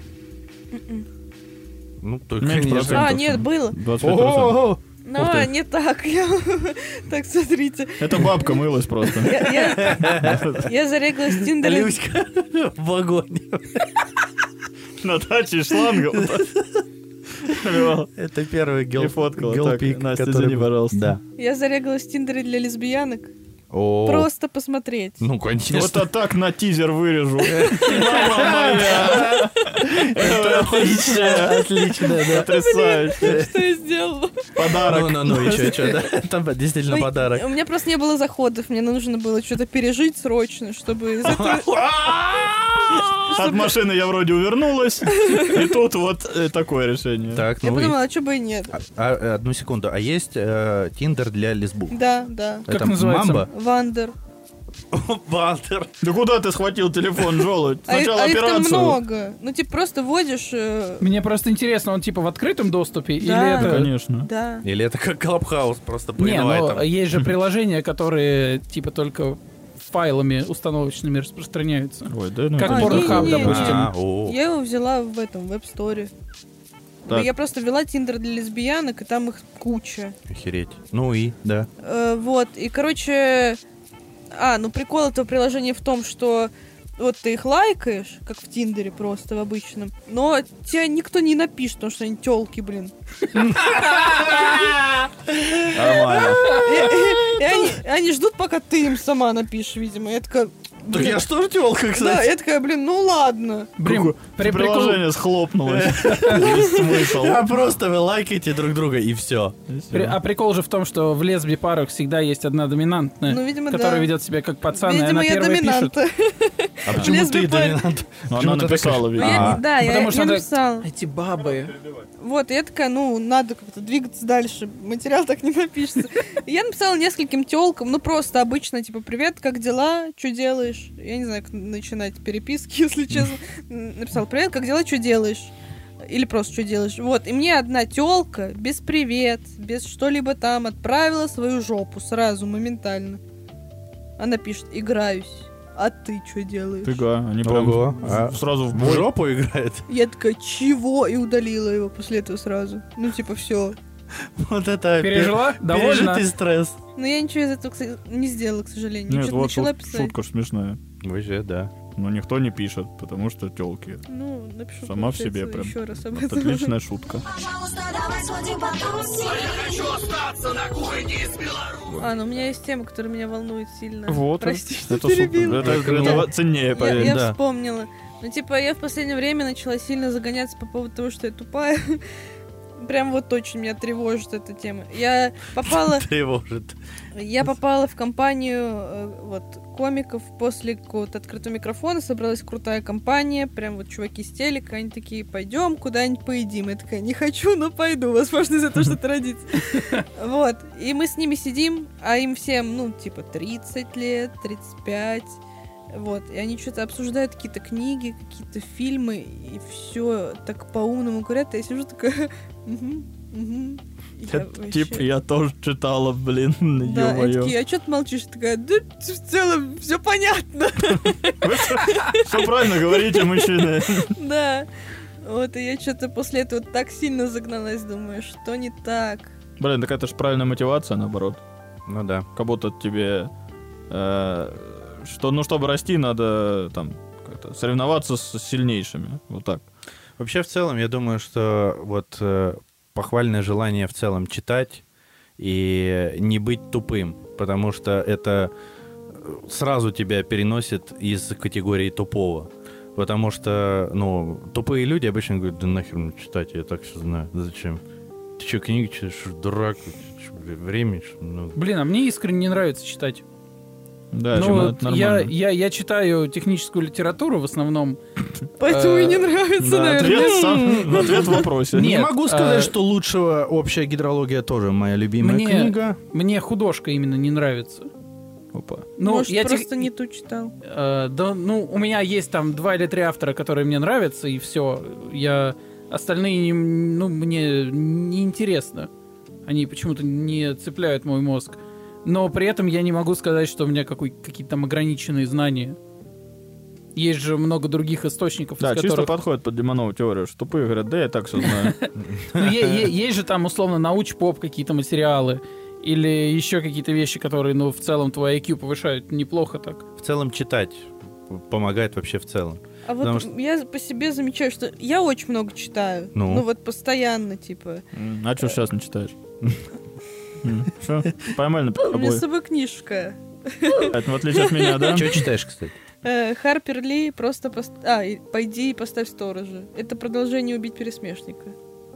Ну, только
Меньше
конечно.
процентов.
А, нет, было.
25%.
Ого!
Ну,
Ух ты.
не так. Так, смотрите.
Это бабка мылась просто.
Я зареглась в Тиндере.
Люська в вагоне.
На даче шлангом.
Это первый
И
girl
фоткала. Так,
pick,
Настя,
который
извини,
был.
пожалуйста.
Да.
Я зареглась в Тиндере для лесбиянок.
О,
Просто посмотреть.
ну, конечно.
Вот а так на тизер вырежу. Мама моя. Это
Отлично, отлично, да.
потрясающе.
Что я сделала?
Подарок.
Ну, и что, да? Там действительно
Ну,
подарок.
У меня просто не было заходов. Мне нужно было что-то пережить срочно, чтобы из этого...
От машины я вроде увернулась. И тут вот такое решение.
Так,
Я
ну и...
подумала, а что бы и нет.
Одну секунду. А есть Тиндер для лесбу?
Да, да.
Как
Это
называется?
Мамба?
Вандер.
Бандер.
Да куда ты схватил телефон, желудь? Сначала
А их там
операцию.
много. Ну, типа, просто вводишь...
Мне просто интересно, он типа в открытом доступе или
Да.
это...
Конечно.
Да.
Или это как Клабхаус, просто по
Не, но
инвайтам?
есть же приложения, которые типа только файлами установочными распространяются.
Ой, да ну
Как
это
Pornhub,
неправда.
не-не-не.
допустим.
О.
Я его взяла в этом, в App Store.
Так.
Я просто ввела Тиндер для лесбиянок, и там их куча.
Охереть. Ну и, да.
Вот, и, короче... ну прикол этого приложения в том, что Вот ты их лайкаешь, как в Тиндере просто, в обычном, но тебя никто не напишет, потому что они тёлки, блин.
Нормально.
И они ждут, пока ты им сама напишешь, видимо. Я такая...
Так я ж тоже тёлка,
Да,
кстати.
я такая, блин, ну ладно.
Приложение схлопнулось. Весь смысл.
А просто вы лайкаете друг друга, и все.
А прикол же в том, что в лесби-парах всегда есть одна доминантная,
Ну, видимо,
которая
да.
ведет себя как пацан, и
Видимо,
она
я
первая пишет.
доминанта.
А почему ты
Лесби-пар.
доминант?
Ну, она написала,
Ну,
видимо.
Да,
Потому что
я
надо-
написала.
Эти бабы.
Вот, и я такая, ну, надо как-то двигаться дальше. Материал так не напишется. И я написала нескольким тёлкам, ну, просто обычно, типа, привет, как дела, что делаешь? Я не знаю, как начинать переписки, если честно. Написала, привет, как дела, что делаешь? Или просто что делаешь? Вот, и мне одна тёлка без привет, без что-либо там отправила свою жопу сразу, моментально. Она пишет, играюсь. А ты что делаешь?
Фига, они
Ого.
прям
А
сразу в
в
бой.
жопу играет?
Я такая, чего? И удалила его после этого сразу. Ну, типа, все.
Вот это
Пережила? Довольна?
пережитый стресс.
Но я ничего из этого, кстати, не сделала, к сожалению.
Нет,
Что-то
вот
начала
тут
писать.
шутка ж смешная.
Вообще, да.
Но никто не пишет, потому что тёлки.
Ну, напишу
Сама в себе прям.
еще раз об
Вот
этом.
отличная шутка.
Хочу остаться на кухне с Беларуси.
А, ну у меня есть тема, которая меня волнует сильно.
Вот.
Прости, что
это супер.
перебила.
Это ценнее, поверь.
Я
да.
вспомнила. Ну, типа, я в последнее время начала сильно загоняться по поводу того, что я тупая. Прям вот очень меня тревожит эта тема. Я попала
Тревожит.
в компанию вот комиков после какого-то открытого микрофона, собралась крутая компания, прям вот чуваки с телека, они такие, пойдем куда-нибудь поедим. Я такая, не хочу, но пойду, возможно, из-за того, что традиция. Вот, и мы с ними сидим, а им всем, ну, типа, 30 лет, 35, вот, и они что-то обсуждают, какие-то книги, какие-то фильмы, и все так по-умному говорят, а я сижу такая, Я вообще-
Типа, я тоже читала, блин,
Да, они
ё-моё.
такие, а что ты молчишь? Такая, да в целом все понятно.
Все правильно говорите, мужчины.
Да. Вот, и я что-то после этого так сильно загналась, думаю, что не так.
Блин, так это же правильная мотивация, наоборот.
Ну да.
Как будто тебе... чтобы расти, надо там как-то соревноваться с сильнейшими. Вот так.
Вообще, в целом, я думаю, что вот похвальное желание в целом читать и не быть тупым, потому что это сразу тебя переносит из категории тупого. Потому что, ну, тупые люди обычно говорят, да нахер мне читать, я так все знаю. Да зачем? Ты что, книги читаешь, дурак? Время? Ну.
Блин, а мне искренне не нравится читать.
Да,
Ну,
чем
вот
это нормально.
я читаю техническую литературу в основном.
Поэтому и не нравится,
Да,
наверное.
ответ в вопросе.
Нет,
Не могу сказать, что лучшего общая гидрология тоже моя любимая книга.
Мне художка именно не нравится.
Опа.
Ну,
Может,
я
просто не ту читал.
Да, ну, у меня есть там 2 или 3 автора, которые мне нравятся, и все. Остальные, ну, мне не интересно. Они почему-то не цепляют мой мозг. Но при этом я не могу сказать, что у меня какие-то там ограниченные знания. Есть же много других источников,
Да,
из
чисто
которых...
подходит под Демонову теорию, что тупые говорят, да, я так все знаю.
Ну, есть же там, условно, науч-поп какие-то материалы. Или еще какие-то вещи, которые, ну, в целом твой IQ повышают неплохо так.
В целом читать помогает вообще в целом.
А вот
Потому что-
я по себе замечаю, что я очень много читаю.
Ну?
Ну вот постоянно, типа.
А что сейчас не читаешь? Что? Поймали на
У меня с
тобой.
собой книжка.
В отличие от меня, да?
Что читаешь, кстати?
Харпер Ли просто... пойди и поставь сторожа. Это продолжение «Убить пересмешника».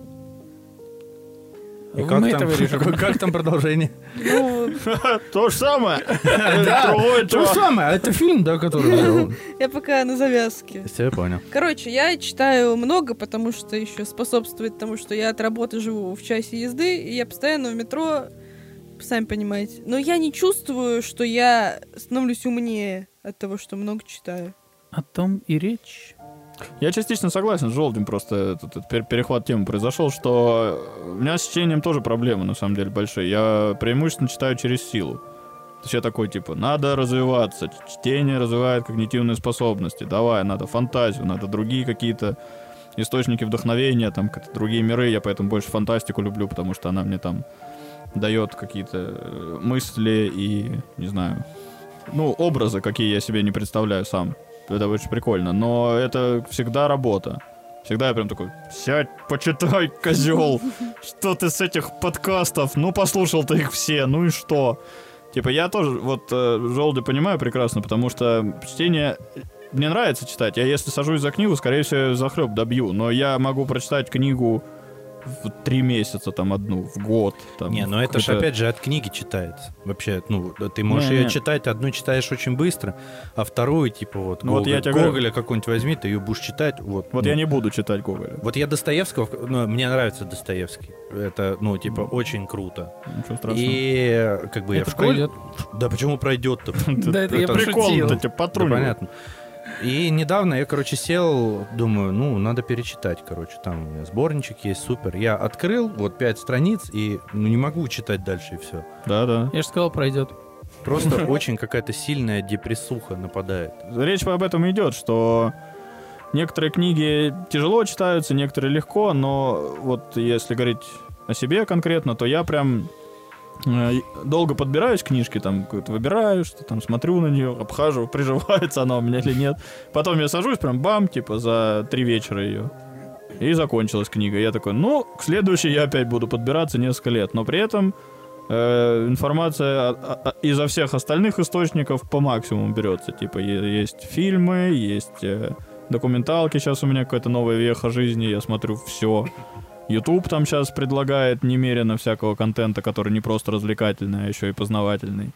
И
Мы это вырежем.
как там продолжение?
Ну,
То же самое. Другой
То же
чувак.
самое, это фильм, да, который...
я пока на завязке.
Все, понял.
Короче, я читаю много, потому что еще способствует тому, что я от работы живу в часе езды, и я постоянно в метро, сами понимаете. Но я не чувствую, что я становлюсь умнее от того, что много читаю.
О том и речь.
Я частично согласен с Желтым, просто этот перехват темы произошел, что у меня с чтением тоже проблемы, на самом деле, большие. Я преимущественно читаю через силу. То есть я такой, типа, надо развиваться, чтение развивает когнитивные способности, давай, надо фантазию, надо другие какие-то источники вдохновения, там, какие-то другие миры, я поэтому больше фантастику люблю, потому что она мне там дает какие-то мысли и, не знаю, ну, образы, какие я себе не представляю сам. это очень прикольно, но это всегда работа. Всегда я прям такой: сядь, почитай, козел, что ты с этих подкастов, ну послушал ты их все, ну и что? Типа я тоже вот «Желуди» понимаю прекрасно, потому что чтение... Мне нравится читать. Я если сажусь за книгу, скорее всего, захлеб добью. Но я могу прочитать книгу в 3 месяца, там, одну, в год. Там,
не, но это же опять же от книги читается. Вообще, ну, ты можешь ее читать, одну читаешь очень быстро, а вторую, типа, вот,
ну,
Гоголя,
вот я
Гоголя какой-нибудь возьми, ты ее будешь читать. Вот
ну, я не буду читать Гоголя.
Вот я Достоевского, ну, мне нравится Достоевский. Это, ну, типа, очень круто.
Ничего страшного.
И как бы я в школе...
пройдет.
Да почему пройдет-то?
Да, это я
прикол,
пошутил.
это патруль.
Понятно. И недавно я, короче, сел, думаю, ну, надо перечитать, короче, там у меня сборничек есть, супер. Я открыл, вот 5 страниц, и ну, не могу читать дальше, и все.
Да.
Я же сказал, пройдет.
Просто очень какая-то сильная депрессуха нападает.
Речь об этом идет, что некоторые книги тяжело читаются, некоторые легко, но вот если говорить о себе конкретно, то я прям долго подбираюсь к книжке, там какую-то выбираю, что там смотрю на нее, обхаживаю, приживается она у меня или нет. Потом я сажусь, прям бам, типа за 3 вечера ее. И закончилась книга. Я такой, ну, к следующей я опять буду подбираться несколько лет. Но при этом информация изо всех остальных источников по максимуму берется. Типа есть фильмы, есть документалки. Сейчас у меня какая-то новая веха жизни, я смотрю все. YouTube там сейчас предлагает немерено всякого контента, который не просто развлекательный, а еще и познавательный.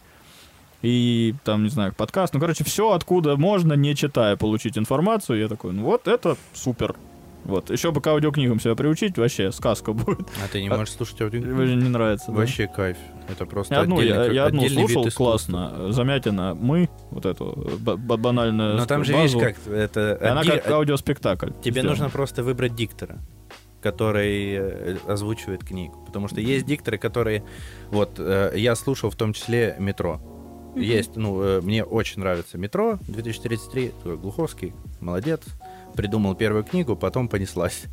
И там, не знаю, подкаст. Ну, короче, все, откуда можно, не читая, получить информацию. Я такой, ну вот это супер. Вот. Еще бы к аудиокнигам себя приучить, вообще сказка будет.
А ты не можешь слушать аудиокниги?
Мне не нравится.
Вообще кайф. Это просто
я одну
отдельный
слушал,
вид искусства.
классно. Замятина «Мы», вот эту банальную
Но там же,
базу.
видишь, как это...
Она как аудиоспектакль.
Тебе
сделана.
нужно просто выбрать диктора, который озвучивает книгу. Потому что есть дикторы, которые... Вот, я слушал в том числе «Метро». Есть, ну, мне очень нравится «Метро» 2033. Глуховский, молодец. Придумал первую книгу, потом понеслась.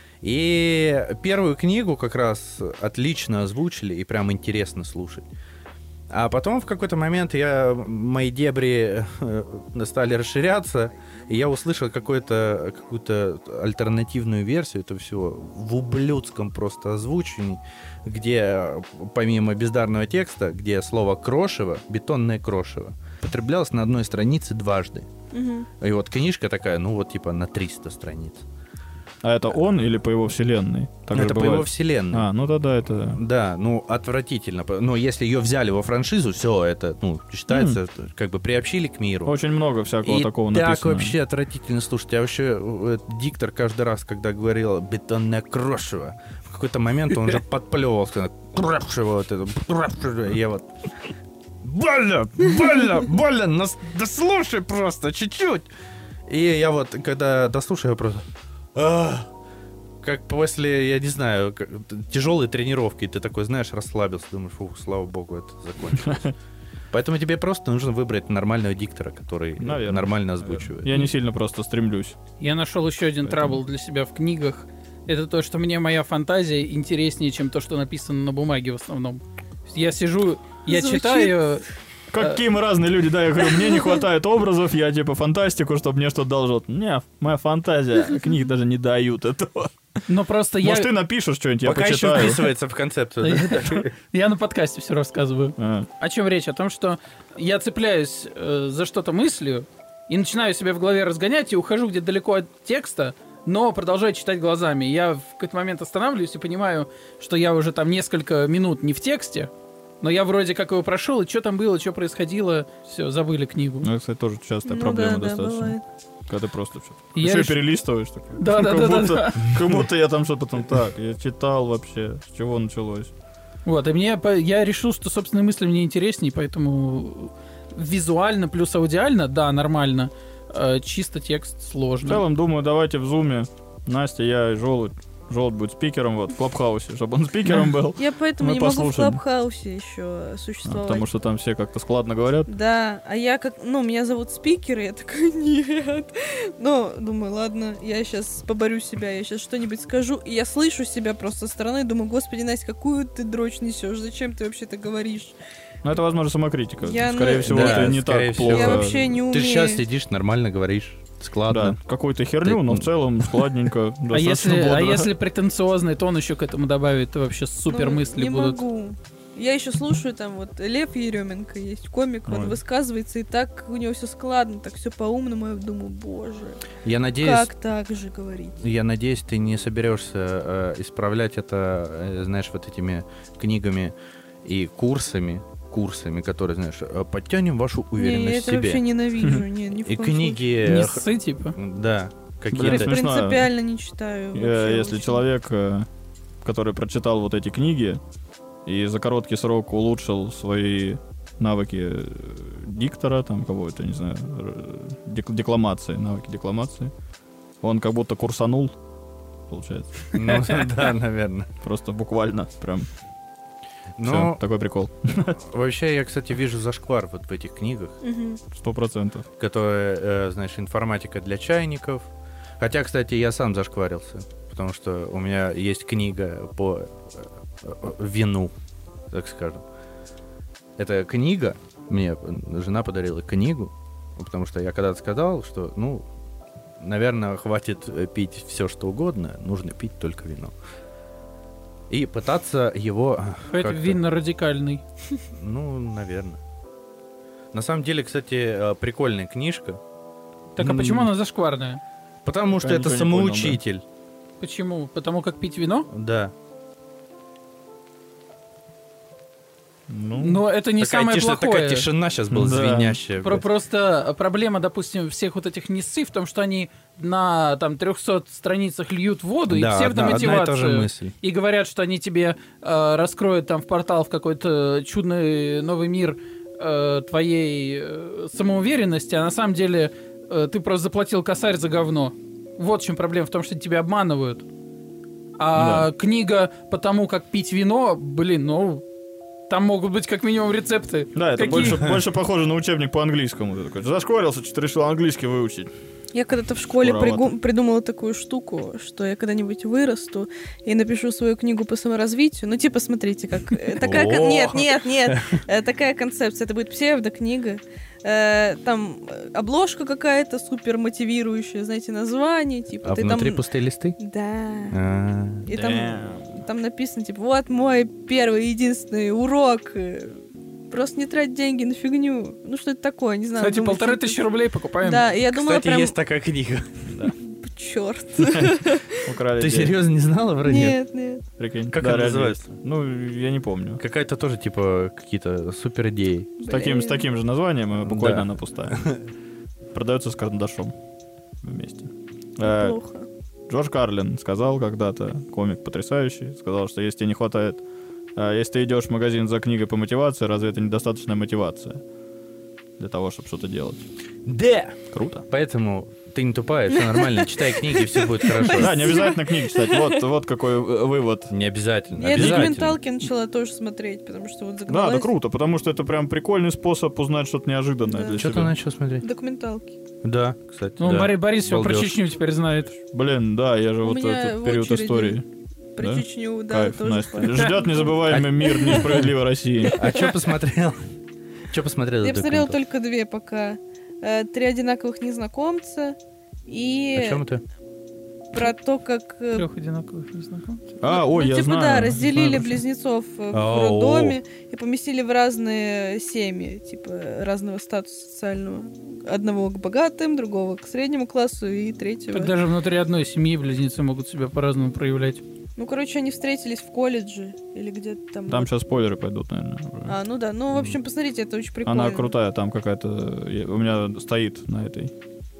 И первую книгу как раз отлично озвучили и прям интересно слушать. А потом в какой-то момент мои дебри стали расширяться, и я услышал какую-то альтернативную версию этого всего в ублюдском просто озвучении, где помимо бездарного текста, где слово «крошево», бетонное крошево, употреблялось на одной странице дважды. И вот книжка такая, ну вот типа на 300 страниц.
А это он или по его вселенной? Так
Это по его вселенной.
А, ну тогда это...
Да, ну отвратительно. Но если ее взяли во франшизу, все это, ну, считается, как бы приобщили к миру.
Очень много всякого
и
такого
так
написано.
вообще отвратительно слушать. Я вообще, диктор каждый раз, когда говорил «бетонное крошево», в какой-то момент он уже подплевывался. «Крошево», вот это, я вот... Больно! Да слушай просто, чуть-чуть! И я вот, когда дослушаю, я просто... Как после, я не знаю, тяжелой тренировки, ты такой, знаешь, расслабился, думаешь, фух, слава богу, это закончилось. Поэтому тебе просто нужно выбрать нормального диктора, который нормально озвучивает.
Я не сильно просто стремлюсь.
Я нашел еще один трабл для себя в книгах. Это то, что мне моя фантазия интереснее, чем то, что написано на бумаге в основном. Я сижу, я читаю...
Какие мы разные люди, да, я говорю, мне не хватает образов, я типа фантастику, чтобы мне что-то должно. Не, моя фантазия, книги даже не дают этого.
Но просто
Может, ты напишешь что-нибудь, я
пока
почитаю.
еще вписывается в концепцию.
Я на подкасте все рассказываю. О чем речь? О том, что я цепляюсь за что-то мыслью и начинаю себя в голове разгонять и ухожу где-то далеко от текста, но продолжаю читать глазами. Я в какой-то момент останавливаюсь и понимаю, что я уже там несколько минут не в тексте, но я вроде как его прошел, и что там было, что происходило, все, забыли книгу.
Ну, это, кстати, тоже частая проблема достаточно.
Бывает.
Когда ты просто что-то...
Я
Еще и перелистываешь.
Да.
Как будто я там что-то потом так, я читал вообще, с чего началось.
Вот, и я решил, что собственные мысли мне интереснее, поэтому визуально плюс аудиально, да, нормально, чисто текст сложно.
В целом, думаю, давайте в зуме Настя, я и Желудь. Желудь будет спикером вот, в Клабхаусе, чтобы он спикером был.
Я поэтому
Мы
не могу в
послушаем.
Клабхаусе еще существовать.
Потому что там все как-то складно говорят.
Да, а я как, меня зовут спикер, и я такая, нет. Но, думаю, ладно, я сейчас поборю себя, я сейчас что-нибудь скажу, и я слышу себя просто со стороны, думаю, господи, Настя, какую ты дрочь несешь, зачем ты вообще это говоришь?
Ну, это, возможно, самокритика.
Я,
Скорее
ну,
всего,
да,
это не
скорее
так
всего.
плохо.
Я вообще не умею.
Ты сейчас сидишь, нормально говоришь, складно.
Да, какую-то херню,
Ты-
но в целом складненько.
А
достаточно
если,
бодро.
претенциозный тон еще к этому добавить, то вообще супер
Ну,
мысли
не
будут.
могу. Я еще слушаю, там вот Лев Еременко есть, комик, он
Ой.
высказывается, и так у него все складно, так все по-умному, я думаю, боже,
Я надеюсь,
как так же говорить?
ты не соберешься исправлять это, знаешь, вот этими книгами и курсами, которые, знаешь, подтянем вашу
Не,
уверенность
я
в
это вообще
себе.
ненавижу, не, ни в
И
коем случае.
книги,
Не ссы, типа.
да,
Блин,
Я
какие-то...
смешно.
принципиально не читаю. вообще
Если
очень.
человек, который прочитал вот эти книги и за короткий срок улучшил свои навыки диктора, там кого-то, не знаю, декламации, навыки декламации, он как будто курсанул, получается.
Ну, да, наверное.
Просто буквально прям.
Ну,
Всё, такой прикол.
вообще, я, кстати, вижу зашквар вот в этих книгах,
Мгм.
100%.
которые, знаешь, информатика для чайников. Хотя, кстати, я сам зашкварился, потому что у меня есть книга по вину, так скажем. Это книга, мне жена подарила книгу, потому что я когда-то сказал, что, ну, наверное, хватит пить все, что угодно, нужно пить только вино. И пытаться его...
Это
как-то-
винно-радикальный.
Ну, наверное. На самом деле, кстати, прикольная книжка.
Так а почему она зашкварная?
Потому что
Я
это
ничего не понял, да.
самоучитель.
Почему? Потому как пить вино?
Да.
Ну,
Но это не самое плохое.
Такая тишина сейчас была
Да.
звенящая. блядь.
Просто проблема, допустим, всех вот этих нессы в том, что они на там 300 страницах льют воду и
Да, одна и та же
псевдомотивацию.
мысль.
И говорят, что они тебе раскроют там в портал в какой-то чудный новый мир твоей самоуверенности, а на самом деле ты просто заплатил косарь за говно. Вот в чем проблема, в том, что тебя обманывают. А книга по тому, как пить вино, блин, ну, там могут быть как минимум рецепты.
да, это
Какие?
больше похоже на учебник по английскому. Ты такой, зашкварился, что-то решил английский выучить.
Я когда-то в школе
Скоровато.
придумала такую штуку, что я когда-нибудь вырасту и напишу свою книгу по саморазвитию. Ну, типа, смотрите, как... такая
О!
Нет. Такая концепция. Это будет псевдокнига. Там обложка какая-то супер мотивирующая, знаете, название. Типа,
А
ты
внутри
там...
пустые листы?
Да.
А,
И там написано, типа, вот мой первый и единственный урок. Просто не трать деньги на фигню. Ну, что это такое, не знаю.
Кстати,
думаю,
1500
что-то-
рублей покупаем.
Да, и я думала
Кстати,
прям...
есть такая книга.
Черт.
Украли
Ты
деньги.
серьезно не знала про нее?
Нет.
Прикинь.
Как
Да,
она
реально
называется?
есть. Ну, я не помню.
Какая-то тоже, типа, какие-то супер идеи.
С таким же названием, буквально
Да.
она пустая. Продается с карандашом вместе. Э,
Плохо.
Джордж Карлин сказал когда-то, комик потрясающий, сказал, что если тебе не хватает, если ты идешь в магазин за книгой по мотивации, разве это недостаточная мотивация для того, чтобы что-то делать?
Да!
Круто.
Поэтому ты не тупая, все нормально, читай книги, все будет хорошо.
Да, не обязательно книги читать. Вот какой вывод.
Не обязательно.
Я
обязательно.
документалки начала тоже смотреть, потому что вот
Да,
загналась.
да, круто, потому что это прям прикольный способ узнать что-то неожиданное
Да.
для
Что ты
себя.
начал смотреть?
Документалки.
Да, кстати,
Ну,
да.
Борис все про
Балдеж.
Чечню теперь знает.
Блин, да, я же
У
вот
меня
этот
в
период
очереди.
истории.
Про
Да?
Чечню, да,
Кайф,
тоже.
Настя. Ждет незабываемый мир несправедливой России.
А что посмотрел? Что посмотрел?
Я
за
посмотрела
документалку?
только две пока. «Три одинаковых незнакомца» и
О чем это?
про то, как...
3 одинаковых незнакомцев.
Ой, я
типа,
знаю.
да,
знаю
разделили
вообще.
близнецов в
О.
роддоме и поместили в разные семьи, типа, разного статуса социального. Одного к богатым, другого к среднему классу и третьего.
Так даже внутри одной семьи близнецы могут себя по-разному проявлять.
Ну, короче, они встретились в колледже или где-то там.
Там
Вот.
сейчас спойлеры пойдут, наверное. уже.
Ну да, ну, в общем, посмотрите, это очень прикольно.
Она крутая, там какая-то... У меня стоит на этой...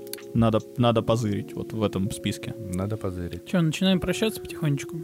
Надо позырить вот в этом списке.
Надо позырить.
Че, начинаем прощаться потихонечку?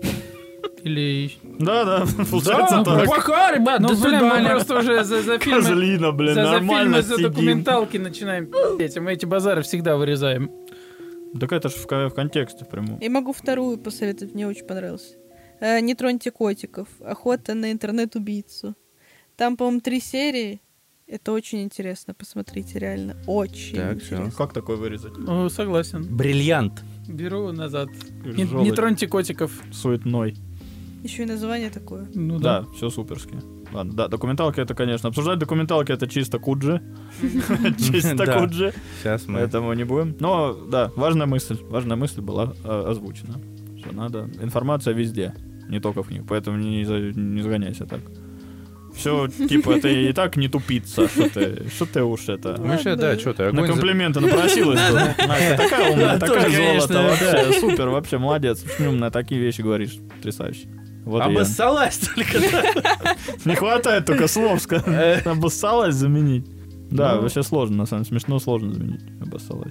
Или...
Да, получается
Ну,
так.
пока, ребят, ну,
До
блин, мы
свидания.
просто уже за фильмы...
Козлина, блин,
За
нормально
фильмы, за
сидим.
документалки начинаем пи***ть, а мы эти базары всегда вырезаем.
Так это ж в контексте прямо.
И могу вторую посоветовать, мне очень понравилось. «Не троньте котиков. Охота на интернет-убийцу». Там, по-моему, 3 серии. Это очень интересно, посмотрите, реально. Очень
Так,
интересно.
Как такое вырезать?
Ну, согласен.
Бриллиант.
Беру назад. Не
Жёлудь
троньте котиков.
суетной.
Еще и название такое.
Ну
Да, все суперски. Ладно, да, документалки это, конечно. Обсуждать документалки это чисто куджи. Чисто
Да.
куджи.
Сейчас мы...
Поэтому не будем. Но, да, важная мысль была озвучена. Что надо. Информация везде, не только в них. Поэтому не загоняйся так. Все, типа, ты и так не тупица. Что ты уж это...
Вообще, да, что ты,
На
огонь...
комплименты напросилась. Настя такая умная, такая
Тоже,
золото.
конечно,
Вообще, супер, вообще, молодец. Очень умная, такие вещи говоришь. Потрясающе. Вот и я.
Обоссалась только.
Не хватает только слов, обоссалась заменить. Да,
Ну.
вообще сложно, на самом деле, смешно сложно заменить. Обоссалась.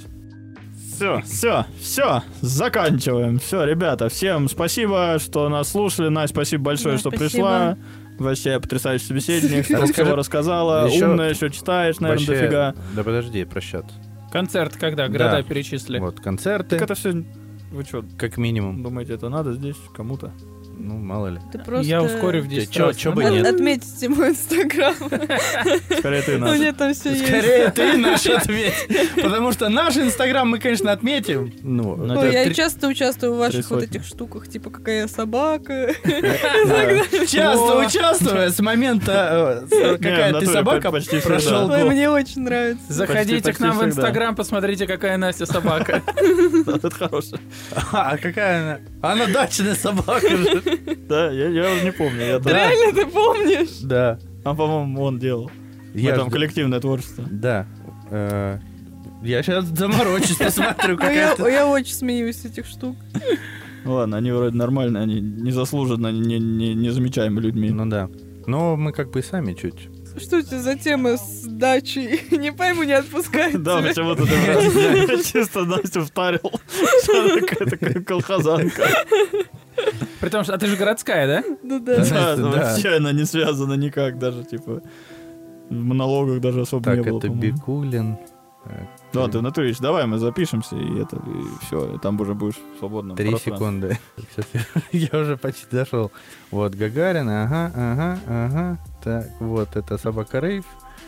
Все, заканчиваем. Все, ребята, всем спасибо, что нас слушали. Настя, спасибо большое,
Да,
что
спасибо.
пришла. Вообще потрясающий собеседник, столько
Расскажи.
всего рассказала.
Еще-
Умная еще читаешь, наверное,
Вообще,
дофига.
да подожди, про счет.
Концерт когда? Города
Да.
перечисли.
Вот, концерты,
Так это все... Вы что,
как минимум.
думаете, это надо здесь кому-то?
Ну, мало ли.
Ты просто...
Я ускорю в 10
Чё-
раз.
чё бы
Нормально?
нет.
Отметьте мой инстаграм.
Скорее ты
У
надо.
меня там все есть.
Скорее ты наш ответь. Потому что наш инстаграм мы, конечно, отметим. Ну,
Ну,
Ой,
это
я
три-
часто участвую в ваших вот
300.
этих штуках, типа какая собака.
часто участвуя с момента, какая
в
ты
натуре
собака,
почти всегда.
прошел
Ой,
год.
мне очень нравится.
Заходите
Почти
к нам в
всегда.
Инстаграм, посмотрите, какая Настя собака.
Это хорошая.
А какая она? Она дачная собака же.
Да, я уже не помню. Я там-
Реально, ты помнишь?
Да.
А, по-моему, он делал.
Я
Там
ж-
коллективное творчество.
Да. Я сейчас заморочусь, посмотрю,
Ой,
какая-то...
я очень смеюсь с этих штук.
Ладно, они вроде нормальные, они незаслуженно незамечаемые людьми.
Ну да. Но мы как бы и сами чуть.
Что у тебя за тема с дачей? Не пойму, не отпускает
Да,
тебя.
почему-то ты прям чисто Настю втарил. Что она такая колхозанка.
При том, что... А ты же городская, да?
Ну да.
Да,
Да.
вообще она не связана никак, даже типа в монологах даже особо не
Так,
было.
это
по-моему.
Бикулин.
Да, ты, Анатольевич, давай мы запишемся, и все, и там уже будешь в свободном
3
пространстве.
секунды. Сейчас я уже почти дошел. Вот Гагарин, ага. Так, вот это собака Рейв.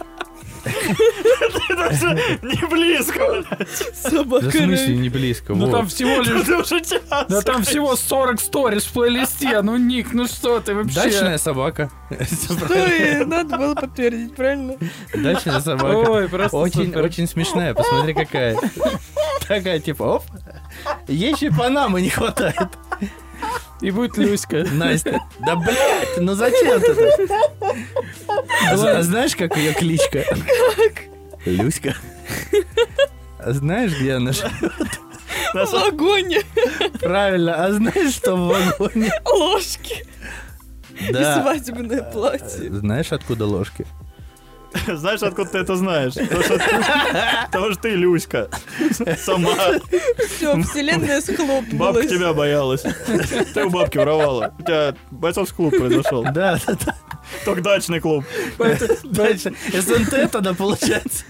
Даже не близко.
Да
Собака
в смысле
Рейв.
не близко?
Ну
вот.
там всего лишь...
Ты уже час.
Да там всего 40 сторис в плейлисте. Ну, Ник, ну что ты вообще?
Дачная собака.
Что и надо было подтвердить, правильно?
Дачная собака.
Ой, просто
Очень,
супер.
очень смешная, посмотри какая. Такая типа, оп. Еще Панамы не хватает.
И будет Люська.
Настя, да блядь, ну зачем ты так? А знаешь, как ее кличка? Люська. А знаешь, где она живет?
В вагоне
Правильно, а знаешь, что в вагоне?
ложки и
Да.
свадебное платье.
Знаешь, откуда ложки?
Знаешь, откуда ты это знаешь? Потому что ты Люська. Сама.
Все, вселенная
Бабка
схлопнулась.
тебя боялась. Ты у бабки воровала. У тебя бойцовский клуб произошел.
Да.
Только дачный клуб.
Дальше. СНТ тогда получается.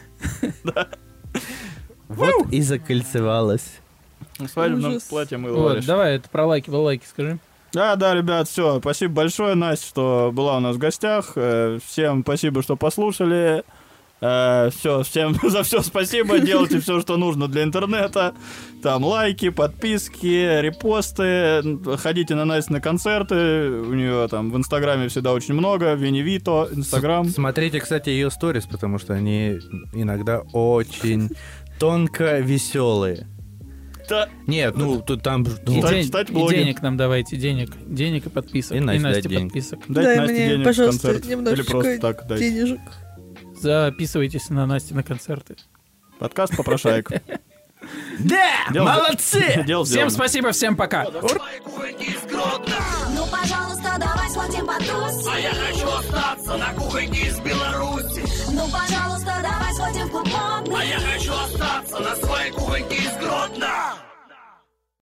Вот и закольцевалась.
В свадебном
Ужас.
платье мы
Вот,
ловишь.
давай, это про лайки, скажи.
Да, ребят, все. Спасибо большое, Настя, что была у нас в гостях. Всем спасибо, что послушали. Все, всем за все спасибо. Делайте все, что нужно для интернета. Там лайки, подписки, репосты. Ходите на Настю на концерты. У нее там в Инстаграме всегда очень много. Вини Вито, Инстаграм.
Смотрите, кстати, ее сторис, потому что они иногда очень тонко веселые.
Да.
Нет, ну тут там...
И,
Читать- читать
и
блоги.
денег нам давайте, денег и подписок.
И Насте дать денег.
подписок.
Дайте
Дай
Насте
мне,
денег в
пожалуйста,
концерт. Или
немножечко
просто так дайте.
денежек.
Записывайтесь на Насте на концерты.
Подкаст «Попрошаек».
Да!
Дело-
Молодцы!
Дело
Всем
сделано.
спасибо, всем пока.
Своей кухоньке из Гродно.
Ну, пожалуйста, давай сходим потусим.
А я хочу остаться на кухоньке из Беларуси.
Ну, пожалуйста, давай сходим в клуб модный.
А я хочу остаться на своей кухоньке из Гродно.